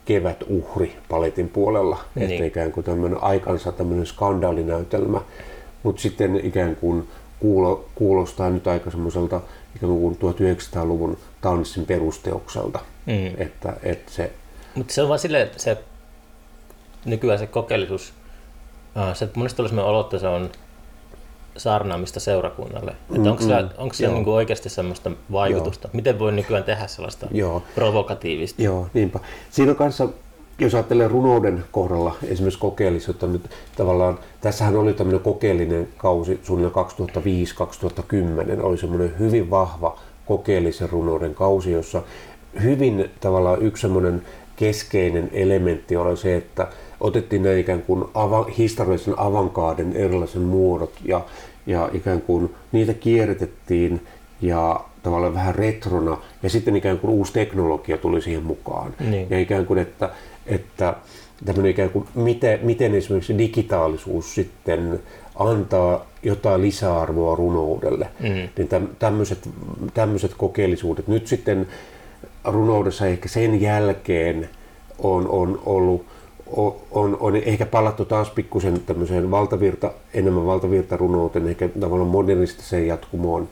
kevätuhri paletin puolella, niin. Että ikään kuin tämmöinen aikansa tämmöinen skandaalinäytelmä, mutta sitten ikään kuin kuulo, kuulostaa nyt aika semmoiselta ikään kuin tuhatyhdeksänsataaluvun tanssin perusteokselta, mm. että, että se... Mutta se on vaan silleen, että se nykyään se kokeellisuus, se monesti tulee sellainen olo, että se on saarnaamista seurakunnalle. Että onko siellä, onko siellä niinku oikeasti sellaista vaikutusta? Joo. Miten voi nykyään tehdä sellaista Joo. provokatiivista? Joo, niinpä. Siinä on kanssa, jos ajattelee runouden kohdalla esimerkiksi kokeellisuutta, nyt tavallaan, tässähän oli tämmöinen kokeellinen kausi suunnilleen kaksituhattaviisi kaksituhattakymmenen, oli semmoinen hyvin vahva kokeellisen runouden kausi, jossa hyvin tavallaan yksi semmoinen keskeinen elementti oli se, että otettiin näin ikään kuin ava, historiallisen avankaaden erilaisen muodot ja, ja ikään kuin niitä kierrätettiin ja tavallaan vähän retrona ja sitten ikään kuin uusi teknologia tuli siihen mukaan. Niin. Ja ikään kuin, että, että tämmöinen ikään kuin miten, miten esimerkiksi digitaalisuus sitten antaa jotain lisäarvoa runoudelle. Mm. Niin tämmöiset, tämmöiset kokeellisuudet. Nyt sitten runoudessa ehkä sen jälkeen on, on ollut On, on ehkä palattu taas pikkusen tämmöiseen valtavirta, enemmän valtavirtarunouteen, ehkä tavallaan modernistiseen jatkumoon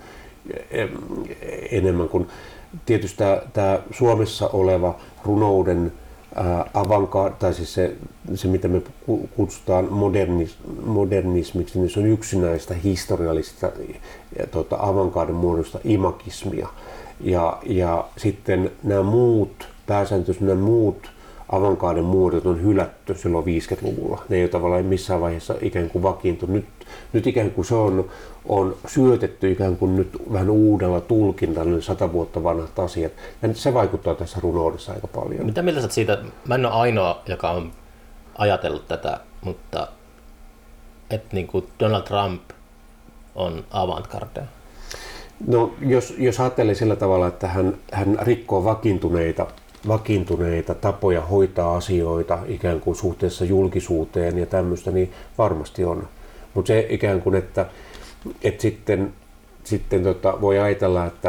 enemmän kuin tietysti tämä, tämä Suomessa oleva runouden avanka, tai siis se, se mitä me kutsutaan modernis, modernismiksi, niin se on yksi näistä historiallisista tuota, avankaaden muodosta imakismia. Ja, ja sitten nämä muut, pääsääntöisesti nämä muut avankaaden muodot on hylätty silloin viisikymmentäluvulla. Ne ei ole tavallaan missään vaiheessa ikään kuin vakiintunut. Nyt, nyt ikään kuin se on, on syötetty ikään kuin nyt vähän uudella tulkinnalla sata vuotta vanhat asiat. Ja se vaikuttaa tässä runoudessa aika paljon. Mitä mieltä sä siitä? Mä en ole ainoa, joka on ajatellut tätä, mutta että niin kuin Donald Trump on avantgardea. No jos, jos ajattelee sillä tavalla, että hän, hän rikkoo vakiintuneita vakiintuneita tapoja hoitaa asioita ikään kuin suhteessa julkisuuteen ja tämmöistä, niin varmasti on. Mutta se ikään kuin, että, että sitten, sitten tota, voi ajatella, että,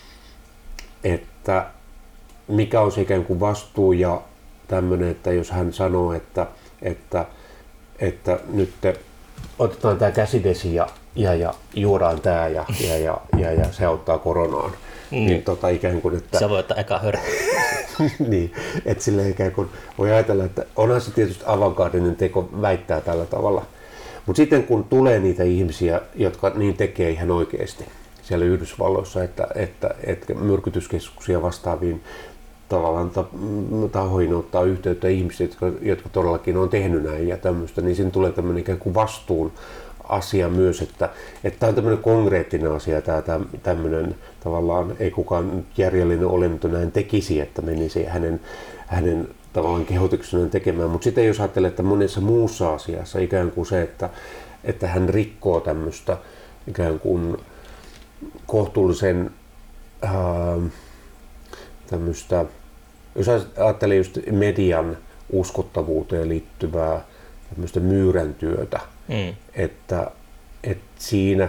että mikä on se ikään kuin vastuu ja tämmöinen, että jos hän sanoo, että, että, että nyt te otetaan tämä käsidesi ja, ja, ja juodaan tämä ja, ja, ja, ja, ja se auttaa koronaan. Mm. Niin tota ikään kuin, että... Se voi ottaa eka hörpy. Niin, että sille ikään kuin voi ajatella, että onhan se tietysti avantgardinen teko väittää tällä tavalla. Mutta sitten kun tulee niitä ihmisiä, jotka niin tekee ihan oikeasti siellä Yhdysvalloissa, että, että, että myrkytyskeskuksia vastaaviin tavallaan tahoihin ottaa yhteyttä ihmisiä, jotka, jotka todellakin on tehnyt näin ja tämmöistä, niin siinä tulee tämmöinen ikään kuin vastuun asia myös, että, että tämä on tämmöinen konkreettinen asia, tämä tämmöinen tavallaan ei kukaan järjellinen olento näin tekisi, että menisi hänen, hänen tavallaan kehotuksenaan tekemään, mutta sitten jos ajattelee, että monessa muussa asiassa ikään kuin se, että, että hän rikkoo tämmöistä ikään kuin kohtuullisen ää, tämmöistä, jos ajattelee just median uskottavuuteen liittyvää tämmöistä myyräntyötä, mm. että, että siinä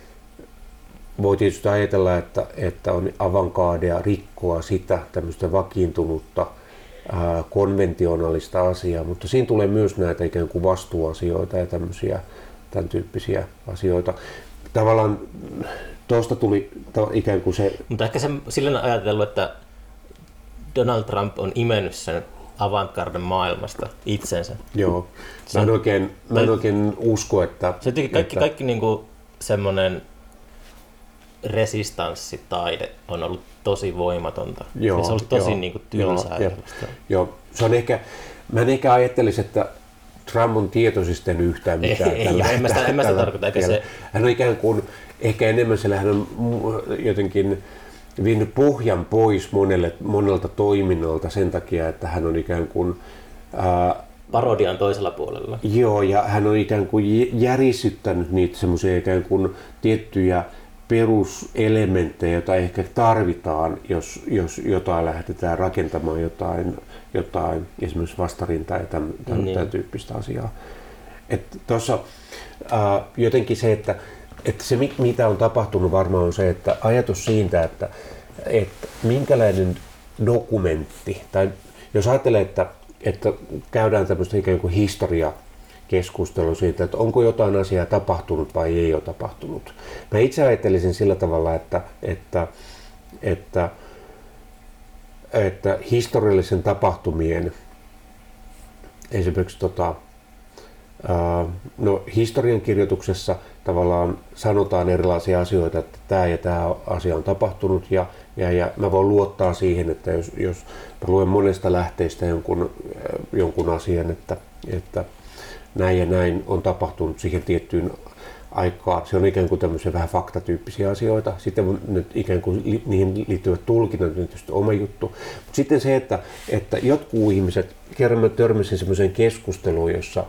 voi tietysti ajatella, että, että on avantgardea rikkoa sitä tämmöistä vakiintunutta ää, konventionaalista asiaa, mutta siinä tulee myös näitä ikään kuin vastuuasioita ja tämmöisiä tämän tyyppisiä asioita. Tavallaan tuosta tuli ikään kuin se... Mutta ehkä se silleen ajatellut, että Donald Trump on imennyt sen avantgarden maailmasta itsensä. Joo. Mä en oikein, mä en oikein usko, että... Se kaikki, että... kaikki niinku semmoinen resistanssitaide on ollut tosi voimatonta. Joo, ja se on ollut tosi joo, niinku tylsää. Joo, joo. Se on ehkä, mä en ehkä ajattelisi, että Trump on tietoisesti yhtään mitään. Ei, tällä, ei, en mä sitä, sitä tarkoita. Eikä se... Hän on ikään kuin, ehkä enemmän siellä hän on jotenkin vienyt pohjan pois monelle, monelta toiminnalta sen takia, että hän on ikään kuin... Ää, parodian toisella puolella. Joo, ja hän on ikään kuin järisyttänyt niitä semmoisia ikään kuin tiettyjä peruselementtejä, joita ehkä tarvitaan, jos, jos jotain lähdetään rakentamaan, jotain, jotain esimerkiksi vastarintaa ja tämän, tämän, niin. tämän tyyppistä asiaa. Tuossa äh, jotenkin se, että, että se mitä on tapahtunut varmaan on se, että ajatus siitä, että, että minkälainen dokumentti, tai jos ajattelee, että, että käydään tämmöistä ikään kuin historiakeskustelua siitä, että onko jotain asiaa tapahtunut vai ei ole tapahtunut. Mä itse ajattelisin sillä tavalla, että, että, että, että historiallisen tapahtumien esimerkiksi tota, no, historiankirjoituksessa tavallaan sanotaan erilaisia asioita, että tämä ja tämä asia on tapahtunut ja, ja, ja mä voin luottaa siihen, että jos, jos mä luen monesta lähteestä jonkun, jonkun asian, että, että näin ja näin on tapahtunut siihen tiettyyn aikaan. Se on ikään kuin tämmöisiä vähän faktatyyppisiä asioita. Sitten nyt ikään kuin niihin liittyvät tulkinnat on tietysti oma juttu. Mutta sitten se, että, että jotkut ihmiset, kerran mä törmäsin semmoiseen keskusteluun, jossa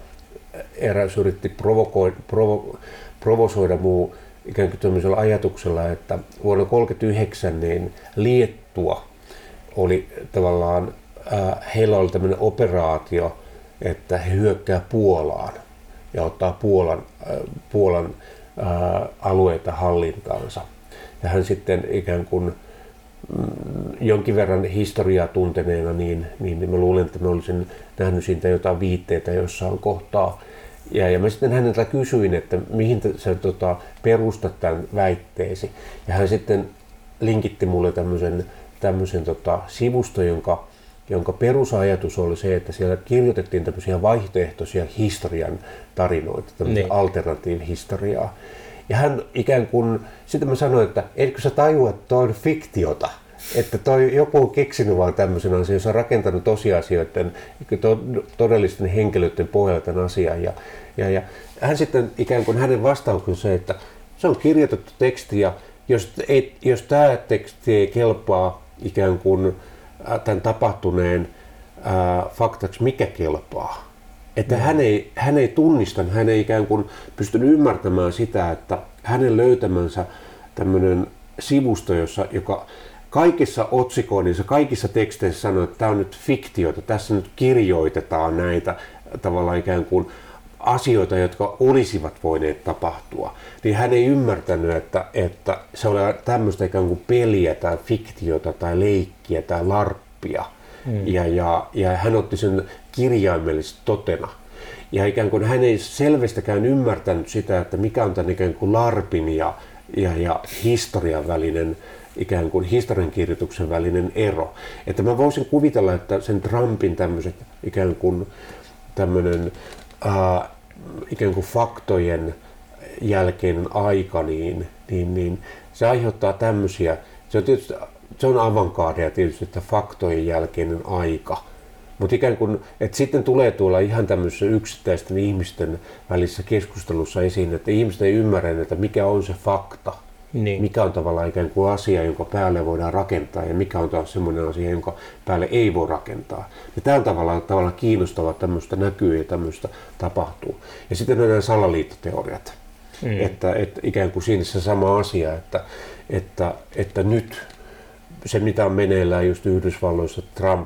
eräs yritti provokoida, provo, provosoida muu ikään kuin tämmöisellä ajatuksella, että vuonna tuhatyhdeksänsataakolmekymmentäyhdeksän niin Liettua oli tavallaan, äh, heillä oli tämmöinen operaatio, että he hyökkää Puolaan ja ottaa Puolan, äh, Puolan äh, alueita hallintaansa. Ja hän sitten ikään kuin mm, jonkin verran historiaa tunteneena, niin, niin, niin mä luulen, että mä olisin nähnyt siitä jotain viitteitä jossain kohtaa. Ja, ja mä sitten häneltä kysyin, että mihin sä tota, perustat tämän väitteesi. Ja hän sitten linkitti mulle tämmöisen, tämmöisen tota, sivuston, jonka, jonka perusajatus oli se, että siellä kirjoitettiin tämmöisiä vaihtoehtoisia historian tarinoita, tämmöistä niin. Alternatiivihistoriaa. Ja hän ikään kuin, sitten mä sanoin, että etkö sä tajua, että toi on fiktiota? Että toi joku on keksinyt vaan tämmöisen asian, jos on rakentanut tosiasioiden, todellisten henkilöiden pohjalta tämän asian. Ja, ja, ja hän sitten ikään kuin hänen vastauksensa se, että se on kirjoitettu teksti ja jos, ei, jos tämä teksti ei kelpaa ikään kuin tämän tapahtuneen ää, faktaksi, mikä kelpaa? Että mm. hän, ei, hän ei tunnista, hän ei ikään kuin pystynyt ymmärtämään sitä, että hänen löytämänsä tämmöinen sivusto, jossa, joka kaikissa otsikoinnissa, kaikissa teksteissä sanoo, että tämä on nyt fiktiota, tässä nyt kirjoitetaan näitä tavallaan ikään kuin asioita, jotka olisivat voineet tapahtua. Niin hän ei ymmärtänyt, että, että se oli tämmöistä ikään kuin peliä tai fiktiota tai leikkiä tai larppia. Hmm. Ja, ja, ja hän otti sen kirjaimellisesti totena. Ja ikään kuin hän ei selvästäkään ymmärtänyt sitä, että mikä on tämän ikään kuin larpin ja, ja, ja historian välinen ikään kuin historiankirjoituksen välinen ero. Että mä voisin kuvitella, että sen Trumpin tämmöiset ikään kuin tämmöinen äh, ikään kuin faktojen jälkeinen aika, niin, niin, niin se aiheuttaa tämmöisiä, se on tietysti, se on avantgardea tietysti, että faktojen jälkeinen aika. Mutta ikään kuin, että sitten tulee tuolla ihan tämmöisessä yksittäisten ihmisten välissä keskustelussa esiin, että ihmiset ei ymmärrä, että mikä on se fakta. Niin. Mikä on tavallaan ikään kuin asia, jonka päälle voidaan rakentaa ja mikä on taas semmoinen asia, jonka päälle ei voi rakentaa. Ja tämä on tavallaan, tavallaan kiinnostavaa, että tämmöistä näkyy ja tämmöistä tapahtuu. Ja sitten on nämä salaliittoteoriat, mm. että, että ikään kuin siinä se sama asia, että, että, että nyt se mitä on meneillään just Yhdysvalloissa, Trump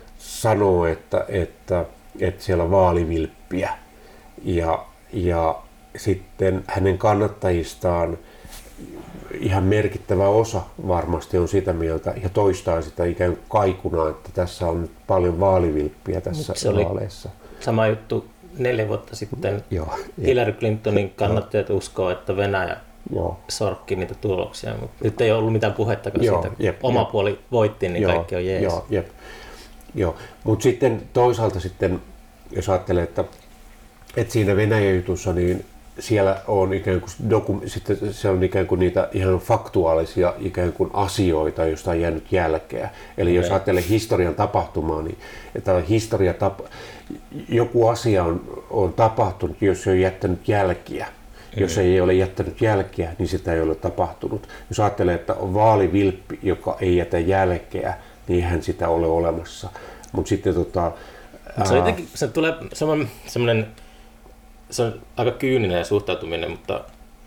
sanoo, että, että, että siellä on vaalivilppiä ja, ja sitten hänen kannattajistaan ihan merkittävä osa varmasti on sitä mieltä ja toistaa sitä ikään kuin kaikuna, että tässä on nyt paljon vaalivilppiä tässä se vaaleissa. Sama juttu neljä vuotta sitten. Joo, Hillary Clintonin kannattajat uskoo, että Venäjä Joo. sorkki niitä tuloksia, mutta nyt ei ollut mitään puhettakaan Joo, siitä. Jep, Oma jep. puoli voitti, niin Joo, kaikki on jees. Joo, jep. Joo. Mutta sitten toisaalta sitten, jos ajattelee, että, että siinä Venäjän jutussa, niin siellä on ikään kuin, doku, sitten se on ikään kuin niitä ihan faktuaalisia ikään kuin asioita, joista on jäänyt jälkeä. Eli okay. jos ajattelee historian tapahtumaa, niin että historia tapa, joku asia on, on tapahtunut, jos se on jättänyt jälkiä. Mm. Jos ei ole jättänyt jälkeä, niin sitä ei ole tapahtunut. Jos ajattelee, että on vaalivilppi, joka ei jätä jälkeä, niin eihän sitä ole olemassa. Mutta sitten tota... Se, on jotenkin, se tulee semmoinen, semmoinen se on aika kyyninen suhtautuminen, mutta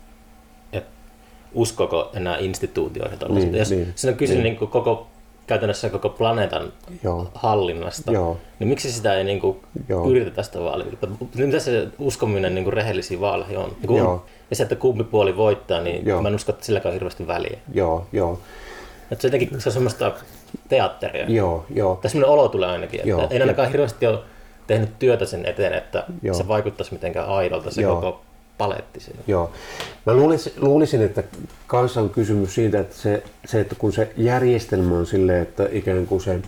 et uskoko enää instituutioihin. Niin, jos niin, sen on kysynyt niin. niin koko, käytännössä koko planeetan Joo. hallinnasta, Joo. niin miksi sitä ei niin kuin yritetä sitä vaalivilppiä? Mitä se uskominen niin kuin rehellisiin vaaleihin on? Niin kuin, ja se, että kumpi puoli voittaa, niin Joo. mä en usko, että silläkään on hirveästi väliä. Joo, Joo. Et se, jotenkin, se on semmoista teatteria. Joo, joo. Tässä sellainen olo tulee ainakin, että Joo, en ainakaan hirveästi ole tehnyt työtä sen eteen, että joo. se vaikuttaisi mitenkään aidolta se joo. koko paletti siinä. Joo. Mä luulisin, luulisin, että kanssa on kysymys siitä, että, se, se, että kun se järjestelmä on silleen, että ikään kuin se,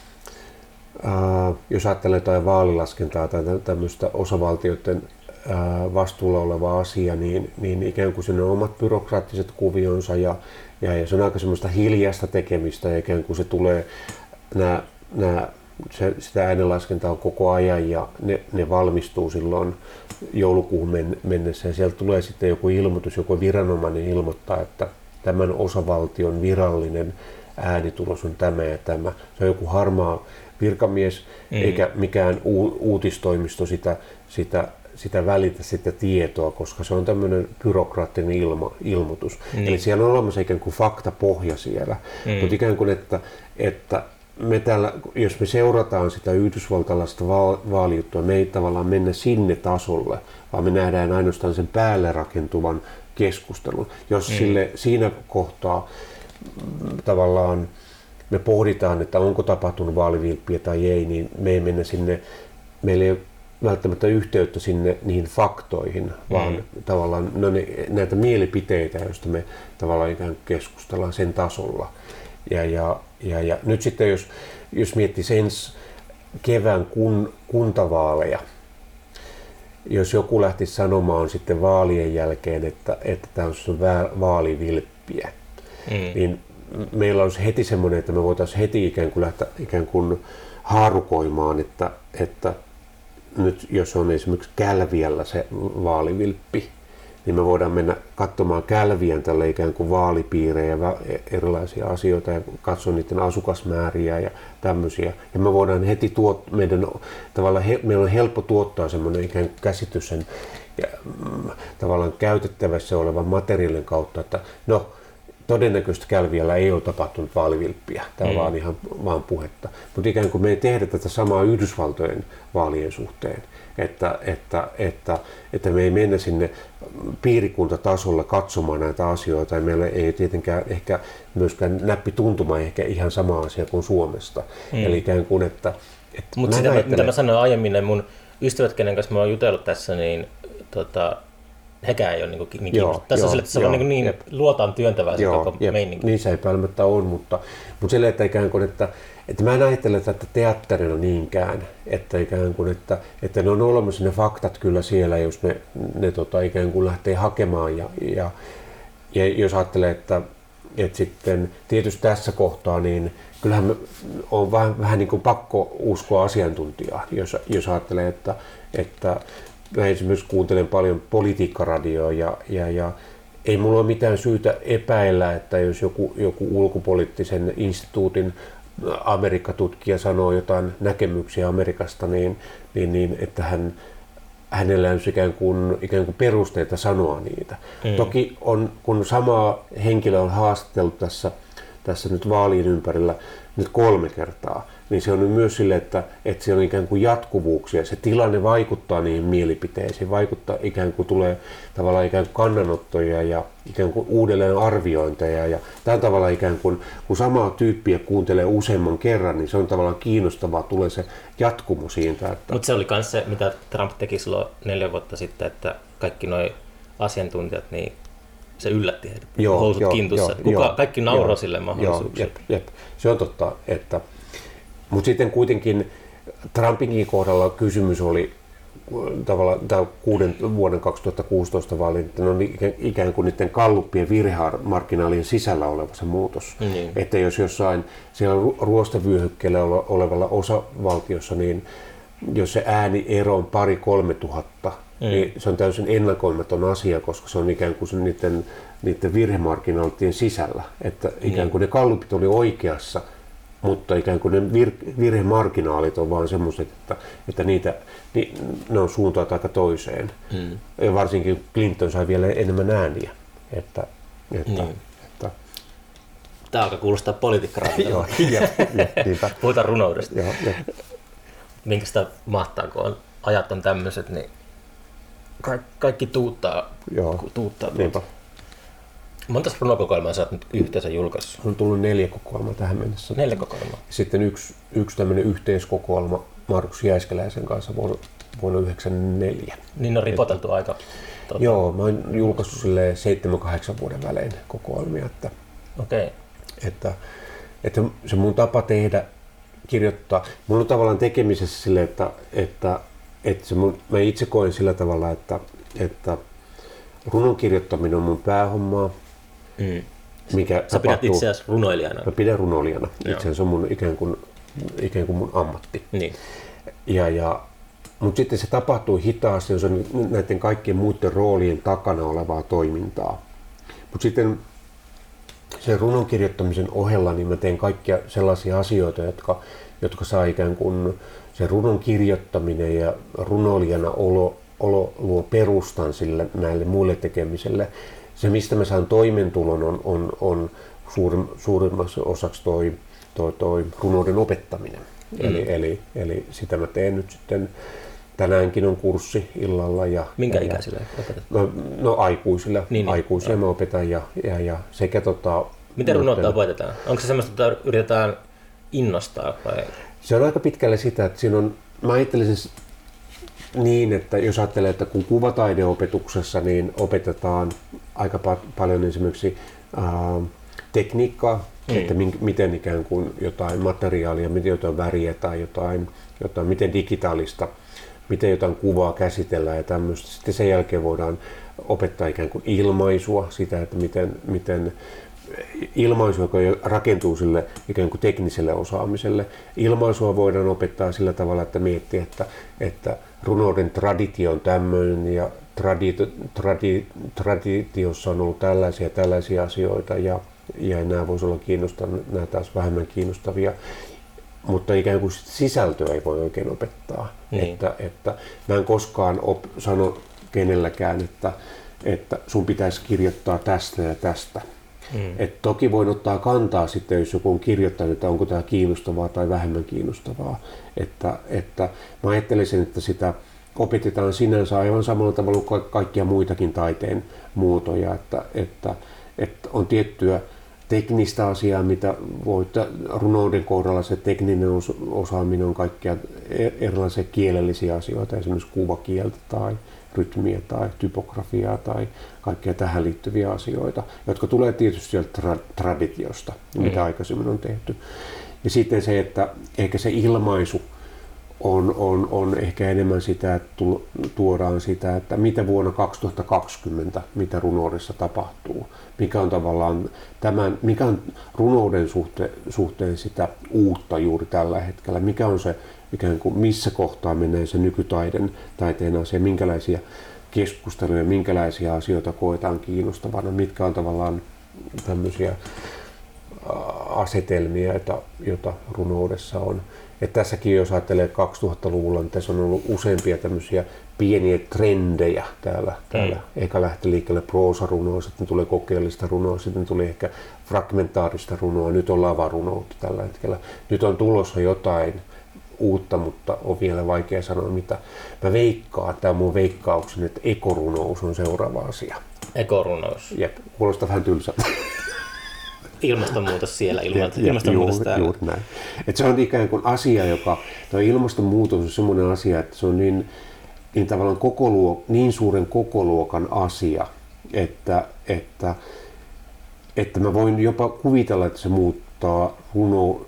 ää, jos ajattelee jotain vaalilaskentaa tai tämmöistä osavaltioiden ää, vastuulla oleva asia, niin, niin ikään kuin siinä on omat byrokraattiset kuvionsa ja, ja, ja se on aika semmoista hiljaista tekemistä ja ikään kuin se tulee nämä, nämä Se, sitä äänenlaskentaa on koko ajan ja ne, ne valmistuu silloin joulukuun men, mennessä ja sieltä tulee sitten joku ilmoitus, joku viranomainen ilmoittaa, että tämän osavaltion virallinen äänitulos on tämä ja tämä. Se on joku harmaa virkamies mm. eikä mikään u, uutistoimisto sitä, sitä, sitä välitä sitä tietoa, koska se on tämmöinen byrokraattinen ilma, ilmoitus. Mm. Eli siellä on olemassa ikään kuin faktapohja siellä, mm. mutta ikään kuin, että, että me täällä, jos me seurataan sitä yhdysvaltalaista vaalijuttua, me ei tavallaan mennä sinne tasolle, vaan me nähdään ainoastaan sen päälle rakentuvan keskustelun. Jos mm. sille, siinä kohtaa tavallaan me pohditaan, että onko tapahtunut vaalivilppiä tai ei, niin me ei mennä sinne, meillä ei ole välttämättä yhteyttä sinne niihin faktoihin, vaan mm. tavallaan no ne, näitä mielipiteitä, joista me tavallaan ikään kuin keskustellaan sen tasolla. Ja, ja, ja, ja nyt sitten jos, jos miettisi ensi kevään kun, kuntavaaleja, jos joku lähtisi sanomaan sitten vaalien jälkeen, että, että tämä on vaalivilppiä, mm. niin meillä olisi heti semmoinen, että me voitaisiin heti ikään kuin lähteä ikään kuin haarukoimaan, että, että nyt jos on esimerkiksi Kälviällä se vaalivilppi, niin me voidaan mennä katsomaan Kälviän tälle ikään kuin vaalipiirejä ja erilaisia asioita ja katsoa niiden asukasmääriä ja tämmöisiä. Ja me voidaan heti tuot, meidän tavallaan he, meillä on helppo tuottaa semmoinen ikään kuin käsitys sen ja, mm, tavallaan käytettävässä olevan materiaalin kautta, että no todennäköisesti Kälviällä ei ole tapahtunut vaalivilppiä. Tämä on mm. vaan ihan vaan puhetta. Mutta ikään kuin me ei tehdä tätä samaa Yhdysvaltojen vaalien suhteen. Että, että, että, että me ei mennä sinne piirikuntatasolla katsomaan näitä asioita ja meillä ei tietenkään ehkä myöskään näppituntuma ehkä ihan sama asia kuin Suomesta. Mm. Eli ikään kuin, että... että mutta sitä, ajattelen... mitä mä sanoin aiemmin, ne mun ystävät, kenen kanssa mä oon jutellut tässä, niin tota, hekään ei ole niin, niin kiinnostunut. Tässä joo, on sille, että se joo, on niin, niin luotaan työntävää se joo, koko jep, meininki. Niin se ei välttämättä on, mutta, mutta sille, että ikään kuin, että Että mä en ajattele tätä teatterina niinkään, että, ikään kuin, että, että ne on olemassa ne faktat kyllä siellä, jos ne, ne tota, ikään kuin lähtee hakemaan. Ja, ja, ja jos ajattelee, että, että sitten tietysti tässä kohtaa, niin kyllähän on vähän, vähän niin kuin pakko uskoa asiantuntijaa, jos, jos ajattelee, että, että mä esimerkiksi kuuntelen paljon politiikkaradioa ja, ja, ja ei mulla ole mitään syytä epäillä, että jos joku, joku ulkopoliittisen instituutin Amerikka-tutkija sanoo jotain näkemyksiä Amerikasta, niin, niin, niin että hän, hänellä on ikään kuin, ikään kuin perusteita sanoa niitä. Mm. Toki on, kun sama henkilö on haastatellut tässä, tässä nyt vaalien ympärillä nyt kolme kertaa, niin se on myös sille, että, että se on ikään kuin jatkuvuuksia. Se tilanne vaikuttaa niihin mielipiteisiin, vaikuttaa ikään kuin tulee tavallaan ikään kuin kannanottoja ja ikään kuin uudelleen arviointeja. Ja tämän tavalla ikään kuin, kun samaa tyyppiä kuuntelee useamman kerran, niin se on tavallaan kiinnostavaa, tulee se jatkumo siitä. Että... Mutta se oli myös se, mitä Trump teki silloin neljä vuotta sitten, että kaikki nuo asiantuntijat, niin se yllätti heidät joo, housut joo, kintussa. Joo, Kuka, joo, kaikki nauroi sille mahdollisuuksia. Jep, jep. Se on totta, että mutta sitten kuitenkin Trumpinkin kohdalla kysymys oli tavallaan tämä kuuden vuoden kaksituhattakuusitoista vaali, että on ikään kuin niiden galluppien virhemarginaalien sisällä oleva se muutos. Mm. Että jos jossain siellä ruostevyöhykkeellä olevalla osavaltiossa, niin jos se ääniero on pari kolme tuhatta, mm. niin se on täysin ennakoimaton asia, koska se on ikään kuin niiden, niiden virhemarginaalien sisällä. Että ikään kuin mm. ne gallupit oli oikeassa, mutta ikään kuin ne vir- virhemarginaalit on vaan semmoiset, että, että niitä, ni, ne on suuntaat aika toiseen. Mm. Ja varsinkin Clinton sai vielä enemmän ääniä. Että, että, mm. että... Tämä alkaa kuulostaa politiikkaradiolla. Joo, puhutaan runoudesta. Joo, jo. Minkä sitä mahtaa, kun on, ajat on tämmöiset, niin ka- kaikki tuuttaa. Joo, tuuttaa niinpä. Montas runokokoelmaa sä oot nyt yhteensä julkaissut? On tullut neljä kokoelmaa tähän mennessä. Neljä kokoelmaa. Sitten yksi, yksi tämmöinen yhteiskokoelma Markus Jäiskeläisen kanssa vuonna, vuonna yhdeksänkymmentäneljä. Niin on ripoteltu että, aika. Tuota. Joo, mä oon julkaissut silleen seitsemän kahdeksan vuoden välein kokoelmia. Että, okay. että, että se mun tapa tehdä, kirjoittaa. Mulla on tavallaan tekemisessä silleen, että, että, että se mun, mä itse koen sillä tavalla, että, että runon kirjoittaminen on mun päähommaa. Mm. Mikä Sä tapahtuu, pidät itseäsi runoilijana? Mä pidän runoilijana. Itse se on mun, ikään, kuin, ikään kuin mun ammatti. Niin. Ja, ja, mutta sitten se tapahtuu hitaasti, se on näiden kaikkien muiden roolien takana olevaa toimintaa. Mutta sitten sen runon kirjoittamisen ohella niin mä teen kaikkia sellaisia asioita, jotka, jotka saa ikään kuin se runon kirjoittaminen ja runoilijana olo, olo luo perustan sille näille muille tekemiselle. Se, mistä mä saan toimeentulon, on, on, on suurin, suurimmaksi osaksi toi, toi, toi runouden opettaminen. Mm. Eli, eli, eli sitä mä teen nyt sitten, tänäänkin on kurssi illalla. Ja, minkä ja, ikäisille opetat? No, no aikuisille, niin, aikuisia niin, mä opetan ja, ja, ja sekä tota... Miten runoutta opetetaan? Onko se semmoista, että yritetään innostaa vai? Se on aika pitkälle sitä, että siinä on, mä ajattelisin niin, että jos ajattelee, että kun kuvataideopetuksessa niin opetetaan aika pa- paljon esimerkiksi ää, tekniikkaa, mm. että min- miten ikään kuin jotain materiaalia, miten jotain väriä tai jotain, jotain, miten digitaalista, miten jotain kuvaa käsitellään ja tämmöistä. Sitten sen jälkeen voidaan opettaa ikään kuin ilmaisua, sitä, että miten, miten ilmaisu, joka rakentuu sille ikään kuin tekniselle osaamiselle. Ilmaisua voidaan opettaa sillä tavalla, että miettii, että, että runouden traditio on tämmöinen ja tradi, tradi, traditiossa on ollut tällaisia tällaisia asioita ja, ja nämä voisi olla kiinnostavia, nämä taas vähemmän kiinnostavia. Mutta ikään kuin sisältöä ei voi oikein opettaa. Niin. Että, että mä en koskaan op, sano kenelläkään, että, että sun pitäisi kirjoittaa tästä ja tästä. Mm. Et toki voin ottaa kantaa sitten, jos joku on kirjoittanut, että onko tämä kiinnostavaa tai vähemmän kiinnostavaa. Että, että mä ajattelisin, että sitä opetetaan sinänsä aivan samalla tavalla kuin kaikkia muitakin taiteen muotoja, että, että, että on tiettyä teknistä asiaa, mitä voi runouden kohdalla se tekninen osaaminen on kaikkia erilaisia kielellisiä asioita, esimerkiksi kuvakieltä tai rytmiä tai typografiaa tai kaikkea tähän liittyviä asioita, jotka tulee tietysti sieltä tra- traditiosta, mitä mm. aikaisemmin on tehty. Ja sitten se, että ehkä se ilmaisu on, on, on ehkä enemmän sitä, että tuodaan sitä, että mitä vuonna kaksituhattakaksikymmentä, mitä runoudessa tapahtuu, mikä on tavallaan tämän, mikä on runouden suhteen, suhteen sitä uutta juuri tällä hetkellä, mikä on se ikään kuin missä kohtaa menee se nykytaiden taiteen asia, minkälaisia keskusteluja, minkälaisia asioita koetaan kiinnostavana, mitkä on tavallaan tämmöisiä asetelmia, joita, joita runoudessa on. Et tässäkin jos ajattelee kaksituhattaluvulla, niin tässä on ollut useampia tämmöisiä pieniä trendejä täällä. täällä. Mm. Eikä lähti liikkeelle proosarunoa, sitten tulee kokeellista runoa, sitten tuli ehkä fragmentaarista runoa, nyt on lavarunoutta tällä hetkellä. Nyt on tulossa jotain uutta, mutta on vielä vaikea sanoa mitä. Mä veikkaan, tämä on mun veikkaukseni, että ekorunous on seuraava asia. Ekorunous? Jep, kuulostaa vähän tylsältä. Ilmastonmuutos siellä, ilma, ilmastonmuutos juuri, täällä. Juuri näin. Et se on ikään kuin asia, joka, tuo ilmastonmuutos on semmoinen asia, että se on niin, niin tavallaan kokoluok, niin suuren kokoluokan asia, että, että, että mä voin jopa kuvitella, että se muuttaa runo,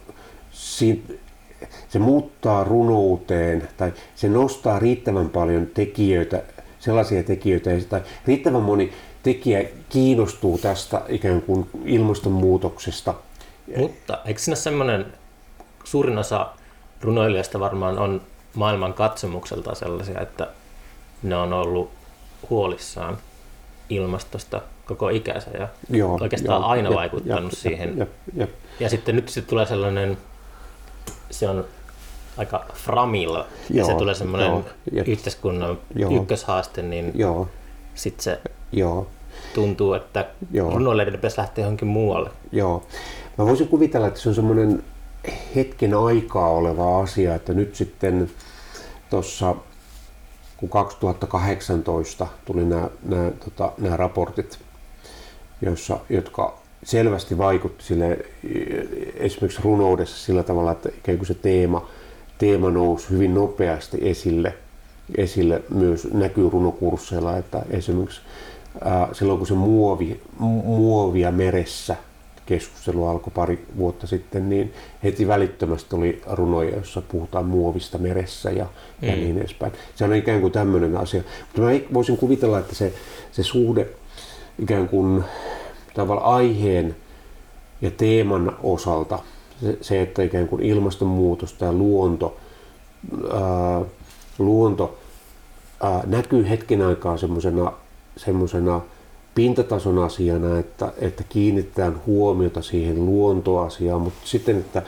se muuttaa runouteen tai se nostaa riittävän paljon tekijöitä, sellaisia tekijöitä, tai riittävän moni tekijä kiinnostuu tästä ikään kuin ilmastonmuutoksesta. Mutta eikö siinä semmoinen, suurin osa runoilijoista varmaan on maailman katsomukselta sellaisia, että ne on ollut huolissaan ilmastosta koko ikänsä ja joo, oikeastaan joo, aina jep, vaikuttanut jep, siihen. Jep, jep. Ja sitten nyt sitten tulee sellainen, se on aika framilla ja joo, se tulee semmoinen joo, yhteiskunnan joo, ykköshaaste, niin sitten se joo. tuntuu, että runoilijoiden pitäisi lähteä johonkin muualle. Joo. Mä voisin kuvitella, että se on semmoinen hetken aikaa oleva asia, että nyt sitten tuossa kun kaksituhattakahdeksantoista tuli nämä, nämä, tota, nämä raportit jossa, jotka selvästi vaikutti sille, esimerkiksi runoudessa sillä tavalla, että ikään kuin se teema, teema nousi hyvin nopeasti esille, esille myös näkyy runokursseilla, että esimerkiksi ää, silloin kun se muovi, muovia meressä keskustelu alkoi pari vuotta sitten, niin heti välittömästi oli runoja, joissa puhutaan muovista meressä ja, mm. ja niin edespäin. Se on ikään kuin tämmöinen asia. Mutta mä voisin kuvitella, että se, se suhde ikään kuin tavallaan aiheen ja teeman osalta, se, se että ikään kuin ilmastonmuutos tai luonto, ää, luonto ää, näkyy hetken aikaa semmoisena semmoisena pintatason asiana, että, että kiinnitetään huomiota siihen luontoasiaan, mutta sitten, että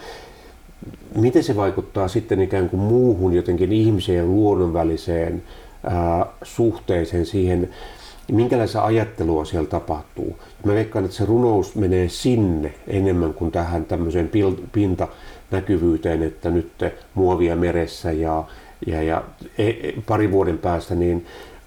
miten se vaikuttaa sitten ikään kuin muuhun jotenkin ihmisen ja luonnon väliseen ää, suhteeseen siihen, minkälaista ajattelua siellä tapahtuu. Mä veikkaan, että se runous menee sinne enemmän kuin tähän tämmöiseen pintanäkyvyyteen, että nyt muovia meressä ja, ja, ja pari vuoden päästä niin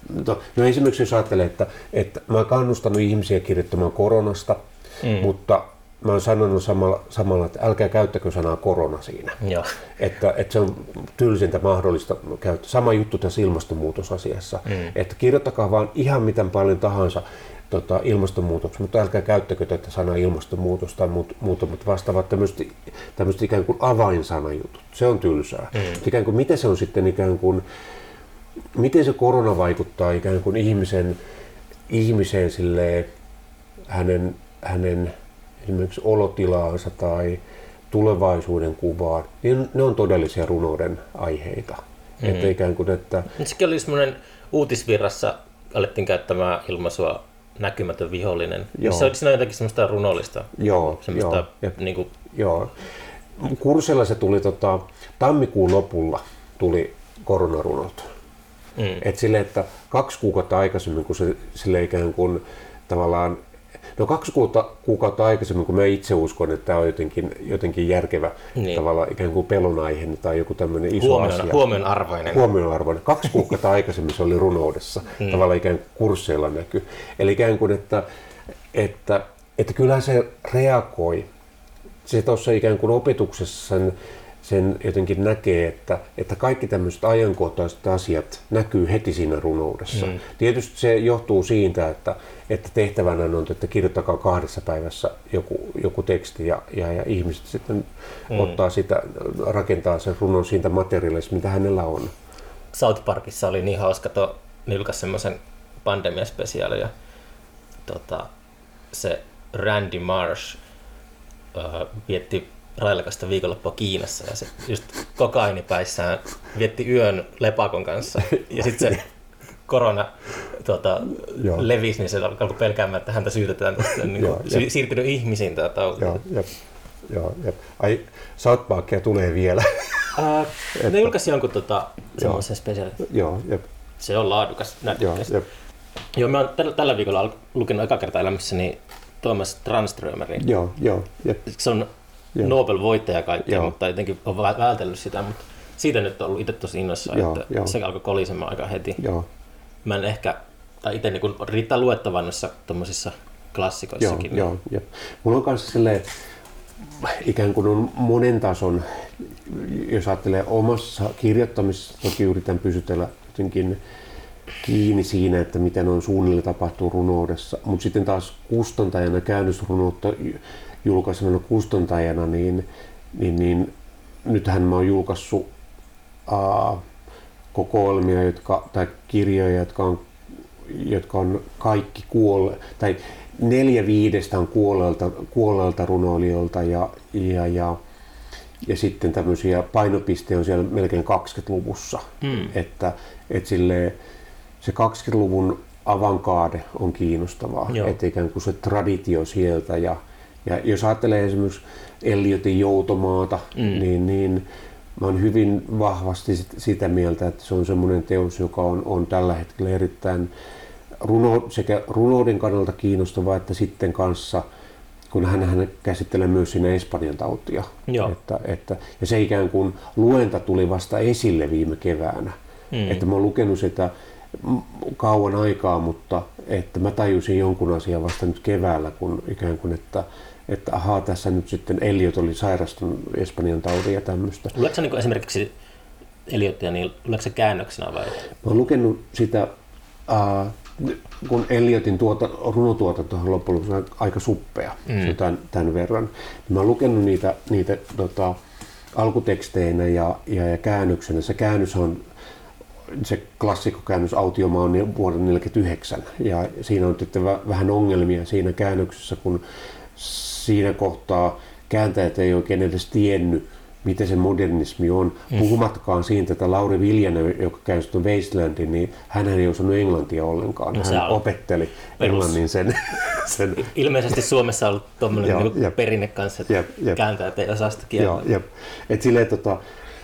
no esimerkiksi jos ajattelee, että, että mä oon kannustanut ihmisiä kirjoittamaan koronasta, mm. mutta mä oon sanonut samalla, samalla, että älkää käyttäkö sanaa korona siinä. Että, että se on tylsintä mahdollista käyttää. Sama juttu tässä ilmastonmuutosasiassa. Mm. Että kirjoittakaa vaan ihan miten paljon tahansa tota, ilmastonmuutoksi, mutta älkää käyttäkö tätä sanaa ilmastonmuutos tai muuta, mutta vastaavat tämmöiset, tämmöiset ikään kuin avainsanajutut. Se on tylsää. Mm. Ikään kuin miten se on sitten ikään kuin miten se korona vaikuttaa ikään kuin ihmisen, ihmiseen silleen, hänen, hänen esimerkiksi olotilaansa tai tulevaisuuden kuvaan, niin ne on todellisia runouden aiheita. Mm. Että ikään kuin, että sekin oli semmoinen uutisvirrassa, alettiin käyttämään ilmaisua näkymätön vihollinen. Missä siinä on jotakin semmoista runollista. Joo, semmoista, joo, ja, niin kuin joo. Kurssilla se tuli tota, tammikuun lopulla tuli koronarunot. Mm. Et sille, että kaksi kuukautta aikaisemmin, kun se sille ikään kuin tavallaan, no kaksi kuukautta, kuukautta aikaisemmin, kun mä itse uskon, että tämä on jotenkin, jotenkin järkevä niin. tavallaan ikään kuin pelonaihe tai joku tämmöinen iso Huomion, asia. Huomionarvoinen. Huomionarvoinen. Kaksi kuukautta aikaisemmin se oli runoudessa, mm. tavallaan ikään kuin kursseilla näkyy. Eli ikään kuin, että, että, että kyllähän se reagoi. Se tuossa ikään kuin opetuksessa sen, sen jotenkin näkee, että, että kaikki tämmöiset ajankohtaiset asiat näkyy heti siinä runoudessa. Mm. Tietysti se johtuu siitä, että, että tehtävänä on, että kirjoittakaa kahdessa päivässä joku, joku teksti ja, ja, ja ihmiset sitten mm. ottaa sitä, rakentaa sen runon siitä materiaalista, mitä hänellä on. South Parkissa oli niin hauska, tuo nylkäs semmoisen pandemiaspesiaalin ja tota, se Randy Marsh äh, vietti railakasta viikonloppua Kiinassa ja se just kokainipäissään vietti yön lepakon kanssa ja sitten se korona tuota, levisi, niin se alkoi pelkäämään, että häntä syytetään tästä niin joo, sy- siirtynyt ihmisiin tämä tauti. Joo, jep, joo, jep. Ai, South Parkia tulee vielä. Äh, ne julkaisi jonkun tota, semmoisen spesiaalin. Joo, jep. Se on laadukas, näytökäs. Joo, joo, mä oon tällä, tällä viikolla lukenut eka kertaa elämässäni Thomas Tranströmerin. Joo, joo, jep. Se on Nobel-voittaja kaikkea, joo. mutta jotenkin on vältellyt sitä, mutta siitä nyt on ollut itse tosi innoissaan, joo, että joo. se alkoi kolisemaan aika heti. Joo. Mä en ehkä, tai itse niin riittää luettavan noissa tommosissa klassikoissakin. Joo, niin. joo, mulla on kanssa silleen, ikään kuin on monen tason, jos ajattelee omassa kirjoittamisessa, toki yritän pysytellä jotenkin kiinni siinä, että miten on suunnilleen tapahtuu runoudessa, mutta sitten taas kustantajana, käännösrunoutta julkaisena kustantajana, niin, niin, niin nythän mä oon julkaissut aa, kokoelmia, jotka, tai kirjoja, jotka on, jotka on kaikki kuolle, tai neljä viidestä on kuolleelta, kuolleelta runoilijoilta ja, ja, ja, ja sitten tämmöisiä painopiste on siellä melkein kaksikymmentäluvussa, mm. että et silleen, se kaksikymmentäluvun avantgarde on kiinnostavaa, että ikään kuin se traditio sieltä ja, ja jos ajattelee esimerkiksi Eliotin Joutomaata, mm. niin, niin mä oon hyvin vahvasti sitä mieltä, että se on semmoinen teos, joka on, on tällä hetkellä erittäin runo, sekä runouden kannalta kiinnostava, että sitten kanssa, kun hän, hän käsittelee myös siinä Espanjan tautia. Että, että, ja se ikään kuin luenta tuli vasta esille viime keväänä. Mm. Että mä oon lukenut sitä kauan aikaa, mutta että mä tajusin jonkun asian vasta nyt keväällä, kun ikään kuin, että että ahaa, tässä nyt sitten Eliot oli sairastunut Espanjan tautia ja tämmöistä. Luetko sä niin esimerkiksi Eliotia, niin luetko sä käännöksenä vai? Mä oon lukenut sitä, äh, kun Eliotin tuota, runotuotanto on loppujen lopuksi aika suppea, mm. se tämän, tämän verran. Mä oon lukenut niitä, niitä tota, alkuteksteinä ja, ja, ja käännöksenä. Se käännös on se klassikkokäännös Autiomaa on vuoden neljäkymmentäyhdeksän ja siinä on sitten vähän ongelmia siinä käännöksessä, kun siinä kohtaa kääntäjät ei oikein edes tiennyt, mitä se modernismi on. Mm. Puhumatkaan siitä, että Lauri Viljanen, joka käynnisti Wastelandin, niin hän ei osannut englantia ollenkaan. No, hän opetteli perus. englannin sen, sen. Ilmeisesti Suomessa on ollut tuommoinen niin perinne kanssa, että jep, jep. kääntäjät ei osaa sitä kieltä. Että silleen, tota,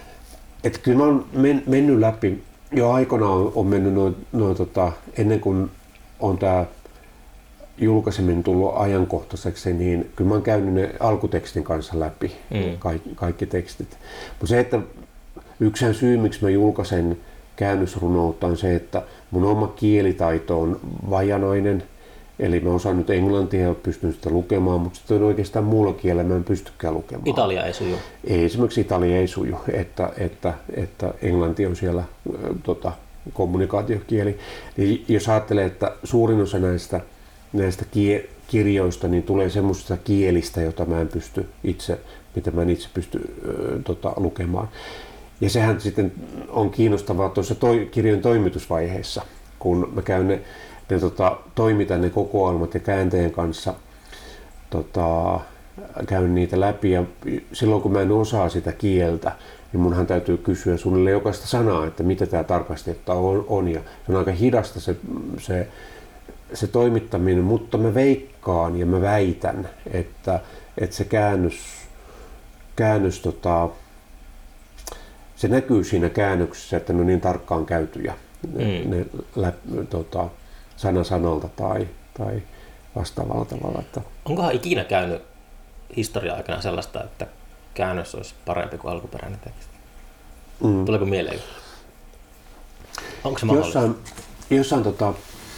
et kyllä mä oon men, mennyt läpi, jo aikana on, on mennyt noin, noin tota, ennen kuin on tää julkaiseminen tullut ajankohtaiseksi, niin kyllä mä oon käynyt ne alkutekstin kanssa läpi, mm. kaikki, kaikki tekstit. Mutta se, että yksi syy, miksi mä julkaisen käännösrunoutta on se, että mun oma kielitaito on vajanainen, eli mä osaan nyt englantia ja pystyn sitä lukemaan, mutta sitten oikeastaan muulla kielellä mä en pystykään lukemaan. Italia ei suju? Ei, esimerkiksi Italia ei suju, että, että, että englanti on siellä äh, tota, kommunikaatiokieli. Niin jos ajattelee, että suurin osa näistä näistä kie- kirjoista niin tulee semmoista kielistä, jota mä en pysty itse, mitä mä en itse pysty ö, tota, lukemaan. Ja sehän sitten on kiinnostavaa tuossa toi, kirjojen toimitusvaiheessa, kun mä käyn ne, ne tota, toimitan ne kokoelmat ja käänteen kanssa tota, käyn niitä läpi ja silloin kun mä en osaa sitä kieltä, niin munhan täytyy kysyä suunnilleen jokaista sanaa, että mitä tää tarkasti on, on ja se on aika hidasta se, se se toimittaminen, mutta mä veikkaan ja mä väitän, että, että se käännös, käännös tota, se näkyy siinä käännöksessä, että ne on niin tarkkaan käytyjä ne, mm. ne lä, tota, sana sanalta tai, tai vastaavalla tavalla. Että... Onkohan ikinä käynyt historia-aikana sellaista, että käännös olisi parempi kuin alkuperäinen teksti? Mm. Tuleeko mieleen? Onko se mahdollista? Jossain, jossain tota,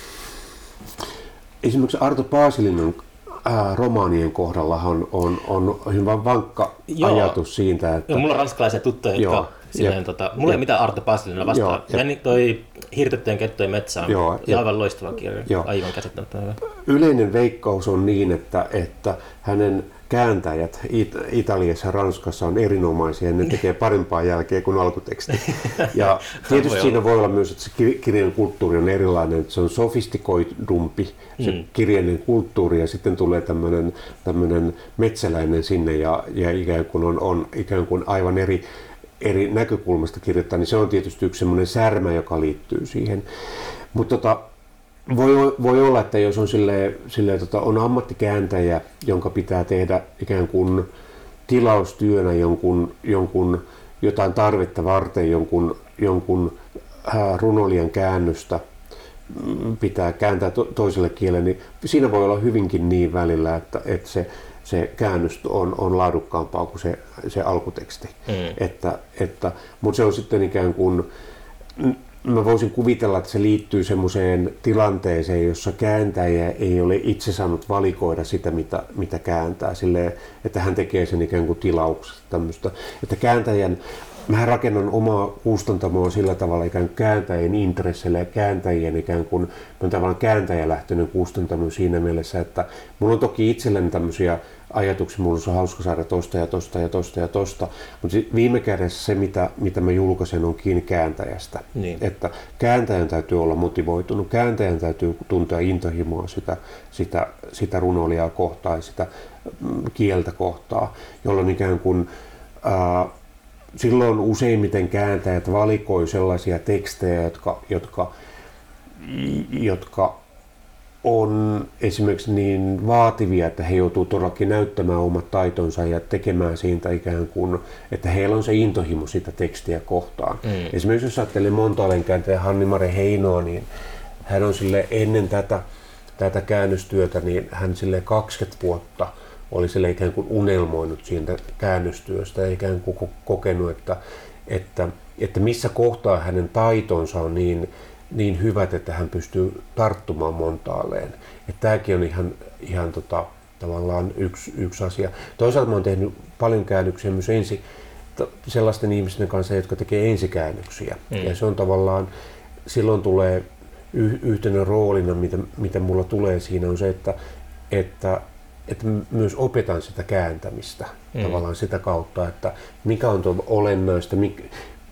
esimerkiksi Arto Paasilinnan ää, romaanien kohdalla on, on, on hyvin vankka Joo. ajatus siitä, että... Joo, mulla on ranskalaisia tuttuja, jotka... Joo, silleen, tota, mulla ei mitään Arto Paasilinnan vastaan. Ja toi Hirtettyjen kettujen metsä on Joo, aivan loistava kirja, Joo. aivan käsittämättömän. Yleinen veikkaus on niin, että, että hänen kääntäjät It- Italiassa ja Ranskassa on erinomaisia ja ne tekee parempaa jälkeä kuin alkuteksti. Ja tietysti voi siinä olla. voi olla myös, että se kirjan kulttuuri on erilainen, että se on sofistikoidumpi se mm. kirjainen kulttuuri ja sitten tulee tämmöinen, tämmöinen metsäläinen sinne ja, ja ikään kuin on, on ikään kuin aivan eri, eri näkökulmasta kirjoittaa, niin se on tietysti yksi semmoinen särmä, joka liittyy siihen. Mutta tota, Voi, voi olla, että jos on, silleen, silleen, tota, on ammattikääntäjä, jonka pitää tehdä ikään kuin tilaustyönä jonkun, jonkun, jotain tarvetta varten, jonkun, jonkun äh, runolian käännöstä pitää kääntää to, toiselle kielelle, niin siinä voi olla hyvinkin niin välillä, että, että se, se käännös on, on laadukkaampaa kuin se, se alkuteksti. Mm. Että, että, mutta se on sitten ikään kuin... Mä voisin kuvitella, että se liittyy semmoiseen tilanteeseen, jossa kääntäjä ei ole itse saanut valikoida sitä, mitä, mitä kääntää, silleen, että hän tekee sen ikään kuin tilauksesta tämmöistä. Että kääntäjän, mä rakennan omaa kustantamoa sillä tavalla ikään kuin kääntäjien intresseillä ja kääntäjien ikään kuin, mä olen tavallaan kääntäjälähtöinen kustantamo siinä mielessä, että mulla on toki itselleni tämmöisiä ajatuksia, mulla on hauska saada tosta ja tosta ja tosta ja tosta, mutta viime kädessä se, mitä, mitä mä julkaisen, on kiinni kääntäjästä. Niin. Että kääntäjän täytyy olla motivoitunut, kääntäjän täytyy tuntea intohimoa sitä, sitä, sitä runoilijaa kohtaan ja sitä kieltä kohtaan, jolloin ikään kuin ää, silloin useimmiten kääntäjät valikoi sellaisia tekstejä, jotka, jotka, jotka on esimerkiksi niin vaativia, että he joutuu todellakin näyttämään omat taitonsa ja tekemään siitä ikään kuin, että heillä on se intohimo sitä tekstiä kohtaan. Mm. Esimerkiksi jos ajattelee Montalen kääntäjä Hanni-Mare Heinoa, niin hän on sille ennen tätä, tätä käännöstyötä, niin hän sille kaksikymmentä vuotta oli sille ikään kuin unelmoinut siitä käännöstyöstä ja ikään kuin kokenut, että, että, että missä kohtaa hänen taitonsa on niin, niin hyvät, että hän pystyy tarttumaan montaalleen. Että tämäkin on ihan, ihan tota, tavallaan yksi, yksi asia. Toisaalta mä oon tehnyt paljon käännöksiä myös ensi, sellaisten ihmisten kanssa, jotka tekee ensikäännöksiä. Mm. Ja se on tavallaan, silloin tulee y- yhtenä roolina, mitä, mitä mulla tulee siinä, on se, että, että, että myös opetan sitä kääntämistä mm. tavallaan sitä kautta, että mikä on tuo olennaista, mikä,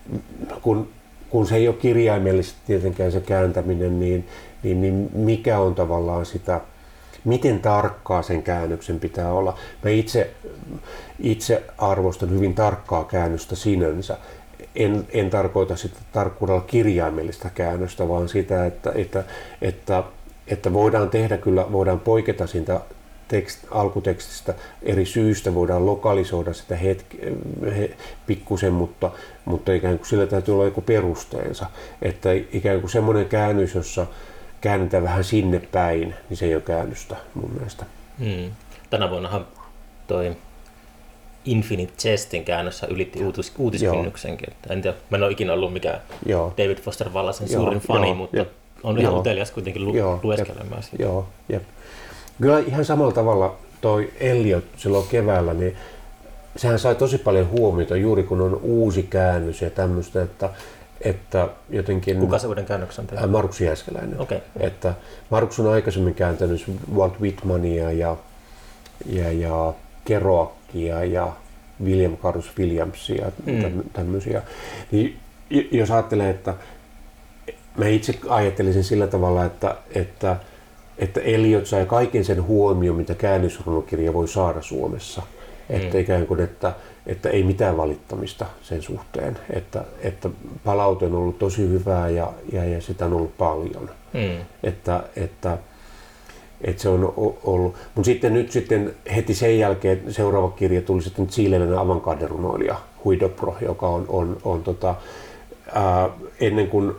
kun, kun se ei ole kirjaimellisesti tietenkään se kääntäminen, niin, niin, niin mikä on tavallaan sitä, miten tarkkaa sen käännöksen pitää olla. Mä itse, itse arvostan hyvin tarkkaa käännöstä sinänsä. En, en tarkoita sitä tarkkuudella kirjaimellista käännöstä, vaan sitä, että, että, että, että voidaan tehdä kyllä, voidaan poiketa siitä tekst, alkutekstistä eri syistä, voidaan lokalisoida sitä hetki, he, pikkusen, mutta, mutta ikään kuin sillä täytyy olla joku perusteensa. Että ikään kuin semmoinen käännös, jossa käännetään vähän sinne päin, niin se ei ole käännöstä mun mielestä. Hmm. Tänä vuonnahan toi Infinite Jestin käännös ylitti uutis, uutiskynnyksenkin. En tiedä, mä en ole ikinä ollut mikään Joo. David Foster Wallacein suurin fani, Joo. mutta jep. on ihan Joo. utelias kuitenkin lu- Joo. lueskelemaan siitä. Joo, jep. Kyllä ihan samalla tavalla toi Eliot silloin keväällä, niin sehän sai tosi paljon huomiota juuri kun on uusi käännös ja tämmöistä, että Että jotenkin, Kuka se uuden käännöksen on tehnyt? Markus Jääskeläinen. Okay. Että Markus on aikaisemmin kääntänyt Walt Whitmania ja, ja, ja Kerouacia ja William Carlos Williamsia mm. tämmöisiä. Niin, jos ajattelee, että mä itse ajattelisin sillä tavalla, että, että, että Eliot sai kaiken sen huomioon, mitä käännösrunokirja voi saada Suomessa. Että mm. ikään kuin, että, että ei mitään valittamista sen suhteen, että, että palaute on ollut tosi hyvää ja, ja, ja sitä on ollut paljon. Mm. Että, että, että se on ollut. Mutta sitten nyt sitten heti sen jälkeen seuraava kirja tuli sitten chileläinen avantgarde-runoilija Huy Dobro, joka on, on, on tota, ää, ennen kuin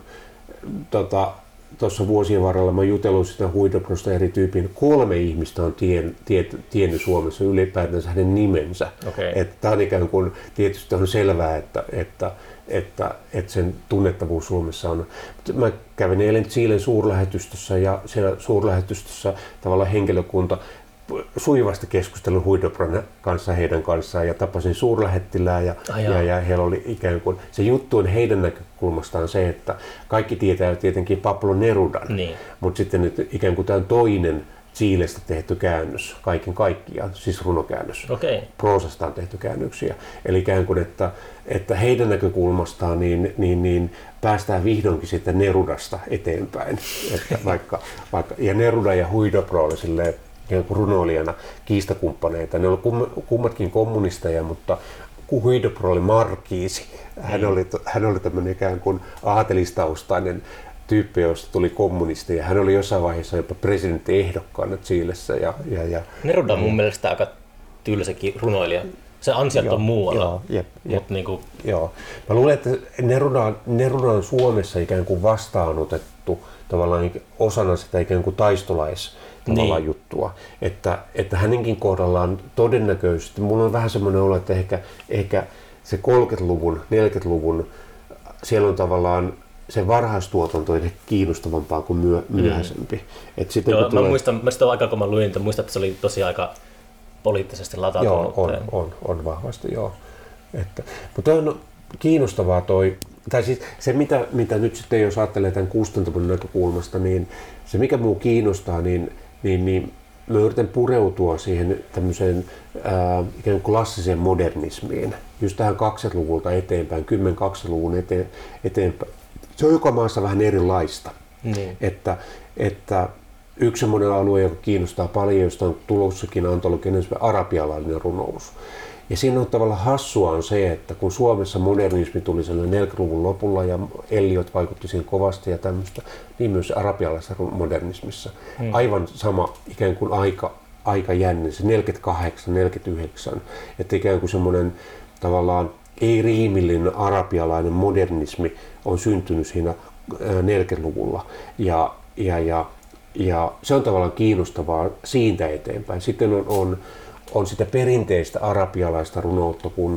tota, tuossa vuosien varrella mä jutellut sitä Huy Dobrosta eri tyypin. Kolme ihmistä on tien, tie, tiennyt Suomessa ylipäätänsä hänen nimensä. Okay. Tämä on ikään kuin tietysti on selvää, että, että, että, että sen tunnettavuus Suomessa on. Mä kävin eilen Chilen suurlähetystössä ja siellä suurlähetystössä tavallaan henkilökunta sujuvasti keskustelun Huy Dobron kanssa heidän kanssaan ja tapasin suurlähettilää ja, ja, ja heillä oli ikään kuin, se juttu on heidän näkökulmastaan se, että kaikki tietää tietenkin Pablo Nerudan, niin. Mutta sitten nyt ikään kuin tämä toinen Chilestä tehty käännös kaiken kaikkiaan, siis runokäännös. Okay. Proosasta on tehty käännöksiä. Eli ikään kuin, että, että heidän näkökulmastaan niin, niin, niin päästään vihdoinkin sitten Nerudasta eteenpäin. Että vaikka, vaikka, ja Neruda ja Huy Dobro oli silleen, runoilijana kiistakumppaneita. Ne olivat kummatkin kommunisteja, mutta Huy Dobro oli markiisi. Hän oli, hän oli tämmöinen ikään kuin aatelistaustainen tyyppi, josta tuli kommunisti. Ja hän oli jossain vaiheessa jopa presidenttiehdokkaana Chilessä. Ja, ja, ja, Neruda on mun mielestä aika tylsäkin runoilija. Se ansiot on muualla. Joo, jep, jep. Mut niinku... joo. Mä luulen, että Neruda, Neruda on Suomessa ikään kuin vastaanotettu tavallaan osana sitä ikään kuin taistolais niin. juttua, että, että hänenkin kohdallaan todennäköisesti, mulla on vähän semmoinen olo, että ehkä, ehkä se kolmekymmentäluvun, neljäkymmentäluvun, siellä on tavallaan se varhaistuotanto on ehkä kiinnostavampaa kuin myö, myöhäisempi. Mm. Et sitten, joo, mä tulee... muistan, mä sitä aikaa kun mä luin, että muistan, että se oli tosi aika poliittisesti latautunut. Joo, on, on, on vahvasti, joo. Että, mutta on kiinnostavaa toi, tai siis se mitä, mitä nyt sitten jos ajattelee tämän kustantamon näkökulmasta, niin se mikä muu kiinnostaa, niin Niin, niin mä yritän pureutua siihen tämmöiseen ää, ikään kuin klassiseen modernismiin, just tähän kaksikymmentäluvulta eteenpäin, kymmenen kaksikymmentäluvun eteen, eteenpäin. Se on joka maassa vähän erilaista. Niin. Että, että yksi semmoinen alue, joka kiinnostaa paljon, josta on tulossakin antologian arabialainen runous. Ja siinä on tavallaan hassua on se, että kun Suomessa modernismi tuli neljäkymmentäluvun lopulla ja Eliot vaikutti siihen kovasti ja tämmöistä, niin myös arabialaisessa modernismissa. Hmm. Aivan sama ikään kuin aika, aika jänne, se neljäkymmentäkahdeksan neljäkymmentäyhdeksän, että ikään kuin semmoinen tavallaan ei-riimillinen arabialainen modernismi on syntynyt siinä neljäkymmentäluvulla. Ja, ja, ja, ja se on tavallaan kiinnostavaa siitä eteenpäin. Sitten on, on on sitä perinteistä arabialaista runoutta, kun,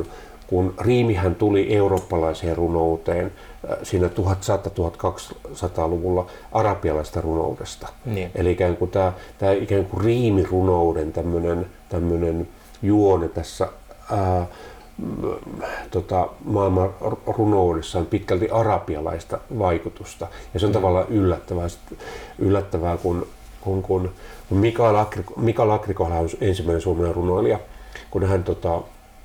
kun riimihän tuli eurooppalaiseen runouteen siinä tuhatsata-tuhatkaksisataa-luvulla arabialaista runoudesta. Niin. Eli ikään kuin tämä, tämä ikään kuin riimirunouden tämmöinen, tämmöinen juone tässä ää, tota, maailman runoudessa on pitkälti arabialaista vaikutusta. Ja se on mm. tavallaan yllättävää, yllättävää kun, kun, kun, kun Mikael Akrikola, Mikael Akrikola on ensimmäinen suomalainen runoilija, kun hän tota,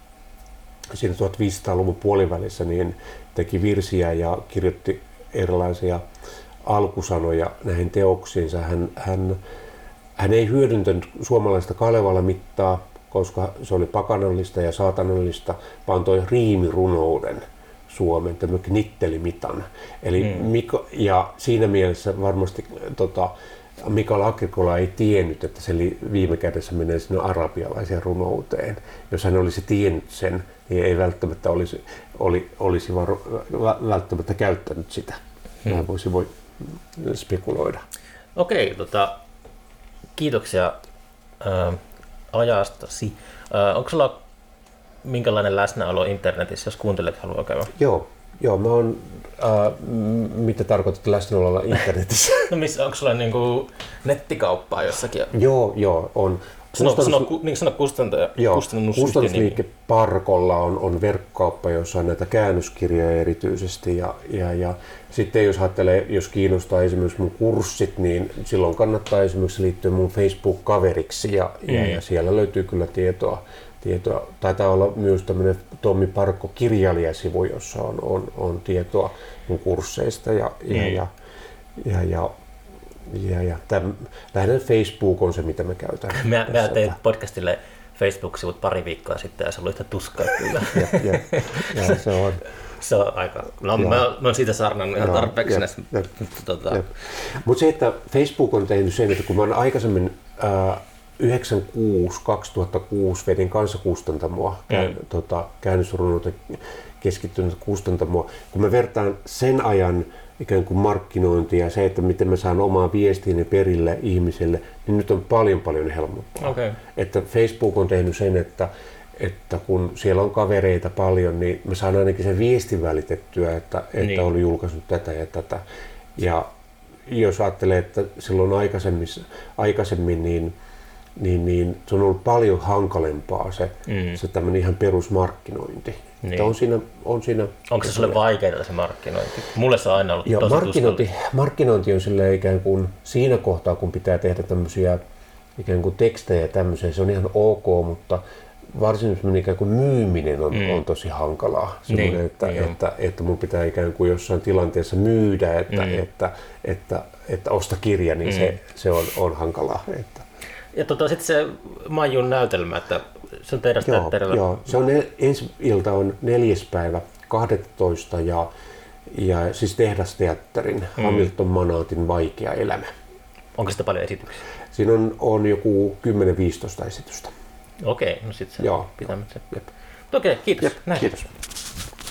siinä tuhatviisisataaluvun puolivälissä niin teki virsiä ja kirjoitti erilaisia alkusanoja näihin teoksiinsa. Hän, hän, hän ei hyödyntänyt suomalaista Kalevala-mittaa, koska se oli pakanallista ja saatanallista, vaan toi riimirunouden Suomen, tämmöinen knittelimitan. Eli mm. Mika, ja siinä mielessä varmasti tota, Mikael Akrikola ei tiennyt, että se viime kädessä menee sinne arabialaiseen runouteen. Jos hän olisi tiennyt sen, niin ei välttämättä olisi, oli, olisi var, välttämättä käyttänyt sitä. Hmm. Voisi voi spekuloida. Okei, tota, kiitoksia ää, ajastasi. Ää, onko sulla minkälainen läsnäolo internetissä, jos kuuntelijat haluaa käydä? Joo. Joo, mä oon, äh, mitä tarkoitat läsnäololla internetissä? No missä, onko sulla niinku nettikauppaa jossakin? Joo, joo, on. Sano, Kustannus... sano, niin sano kustantaja, joo, kustannusyhtiö. Kustannusliike Parkolla on, on verkkokauppa, jossa on näitä käännöskirjoja erityisesti. Ja, ja, ja sitten jos ajattelee, jos kiinnostaa esimerkiksi mun kurssit, niin silloin kannattaa esimerkiksi liittyä mun Facebook-kaveriksi ja, mm. ja, ja siellä löytyy kyllä tietoa. Tietoa. Taitaa olla myös tämmöinen Tommi Parkko kirjailijasivu, jossa on, on, on tietoa mun kursseista ja, mm. ja, ja, ja, ja, ja, ja täm, lähinnä Facebook on se, mitä me käytän. Mä, mä tein podcastille Facebook-sivut pari viikkoa sitten ja se oli yhtä tuskaa kyllä. ja, ja, ja, se on. Se on aika, no mä, mä oon siitä sarnannut ihan tarpeeksi näistä. Tota. Mutta se, että Facebook on tehnyt sen, että kun mä oon aikaisemmin ää, yhdeksänkymmentäkuusi kaksituhattakuusi vedin kansakustantamoa, mm. tota, käännösrunouteen keskittynyt kustantamoa. Kun mä vertaan sen ajan ikään kuin markkinointia ja se, että miten mä saan omaa viestiini perille ihmiselle, niin nyt on paljon paljon helpompaa. Okay. Että Facebook on tehnyt sen, että, että kun siellä on kavereita paljon, niin mä saan ainakin sen viestin välitettyä, että, että niin. Oli julkaissut tätä ja tätä. Ja jos ajattelee, että silloin aikaisemmin, aikaisemmin niin Niin, niin se on ollut paljon hankalempaa se, mm. se tämmöinen ihan perusmarkkinointi. Niin. On siinä, on siinä, Onko se sulle vaikeaa se markkinointi? Mulle se on aina ollut joo, tosi markkinointi, markkinointi on silleen ikään kuin siinä kohtaa, kun pitää tehdä tämmöisiä ikään kuin tekstejä ja tämmöisiä, se on ihan ok, mutta varsinkin ikään kuin myyminen on, mm. on tosi hankalaa. Niin, että, niin että, että mun pitää ikään kuin jossain tilanteessa myydä, että, mm. että, että, että osta kirja, niin mm. se, se on, on hankalaa. Että. Ja tota, sitten se Maijun näytelmä, että se on teidän teatterilla. Joo, se on ensi ilta on neljäs päivä kahdestoista ja, ja siis Tehdasteatterin mm. Hamilton Manaatin vaikea elämä. Onko sitä paljon esityksiä? Siinä on, on joku kymmenen viisitoista esitystä. Okei, no sitten se joo, pitää. Okei, kiitos. Jep, kiitos.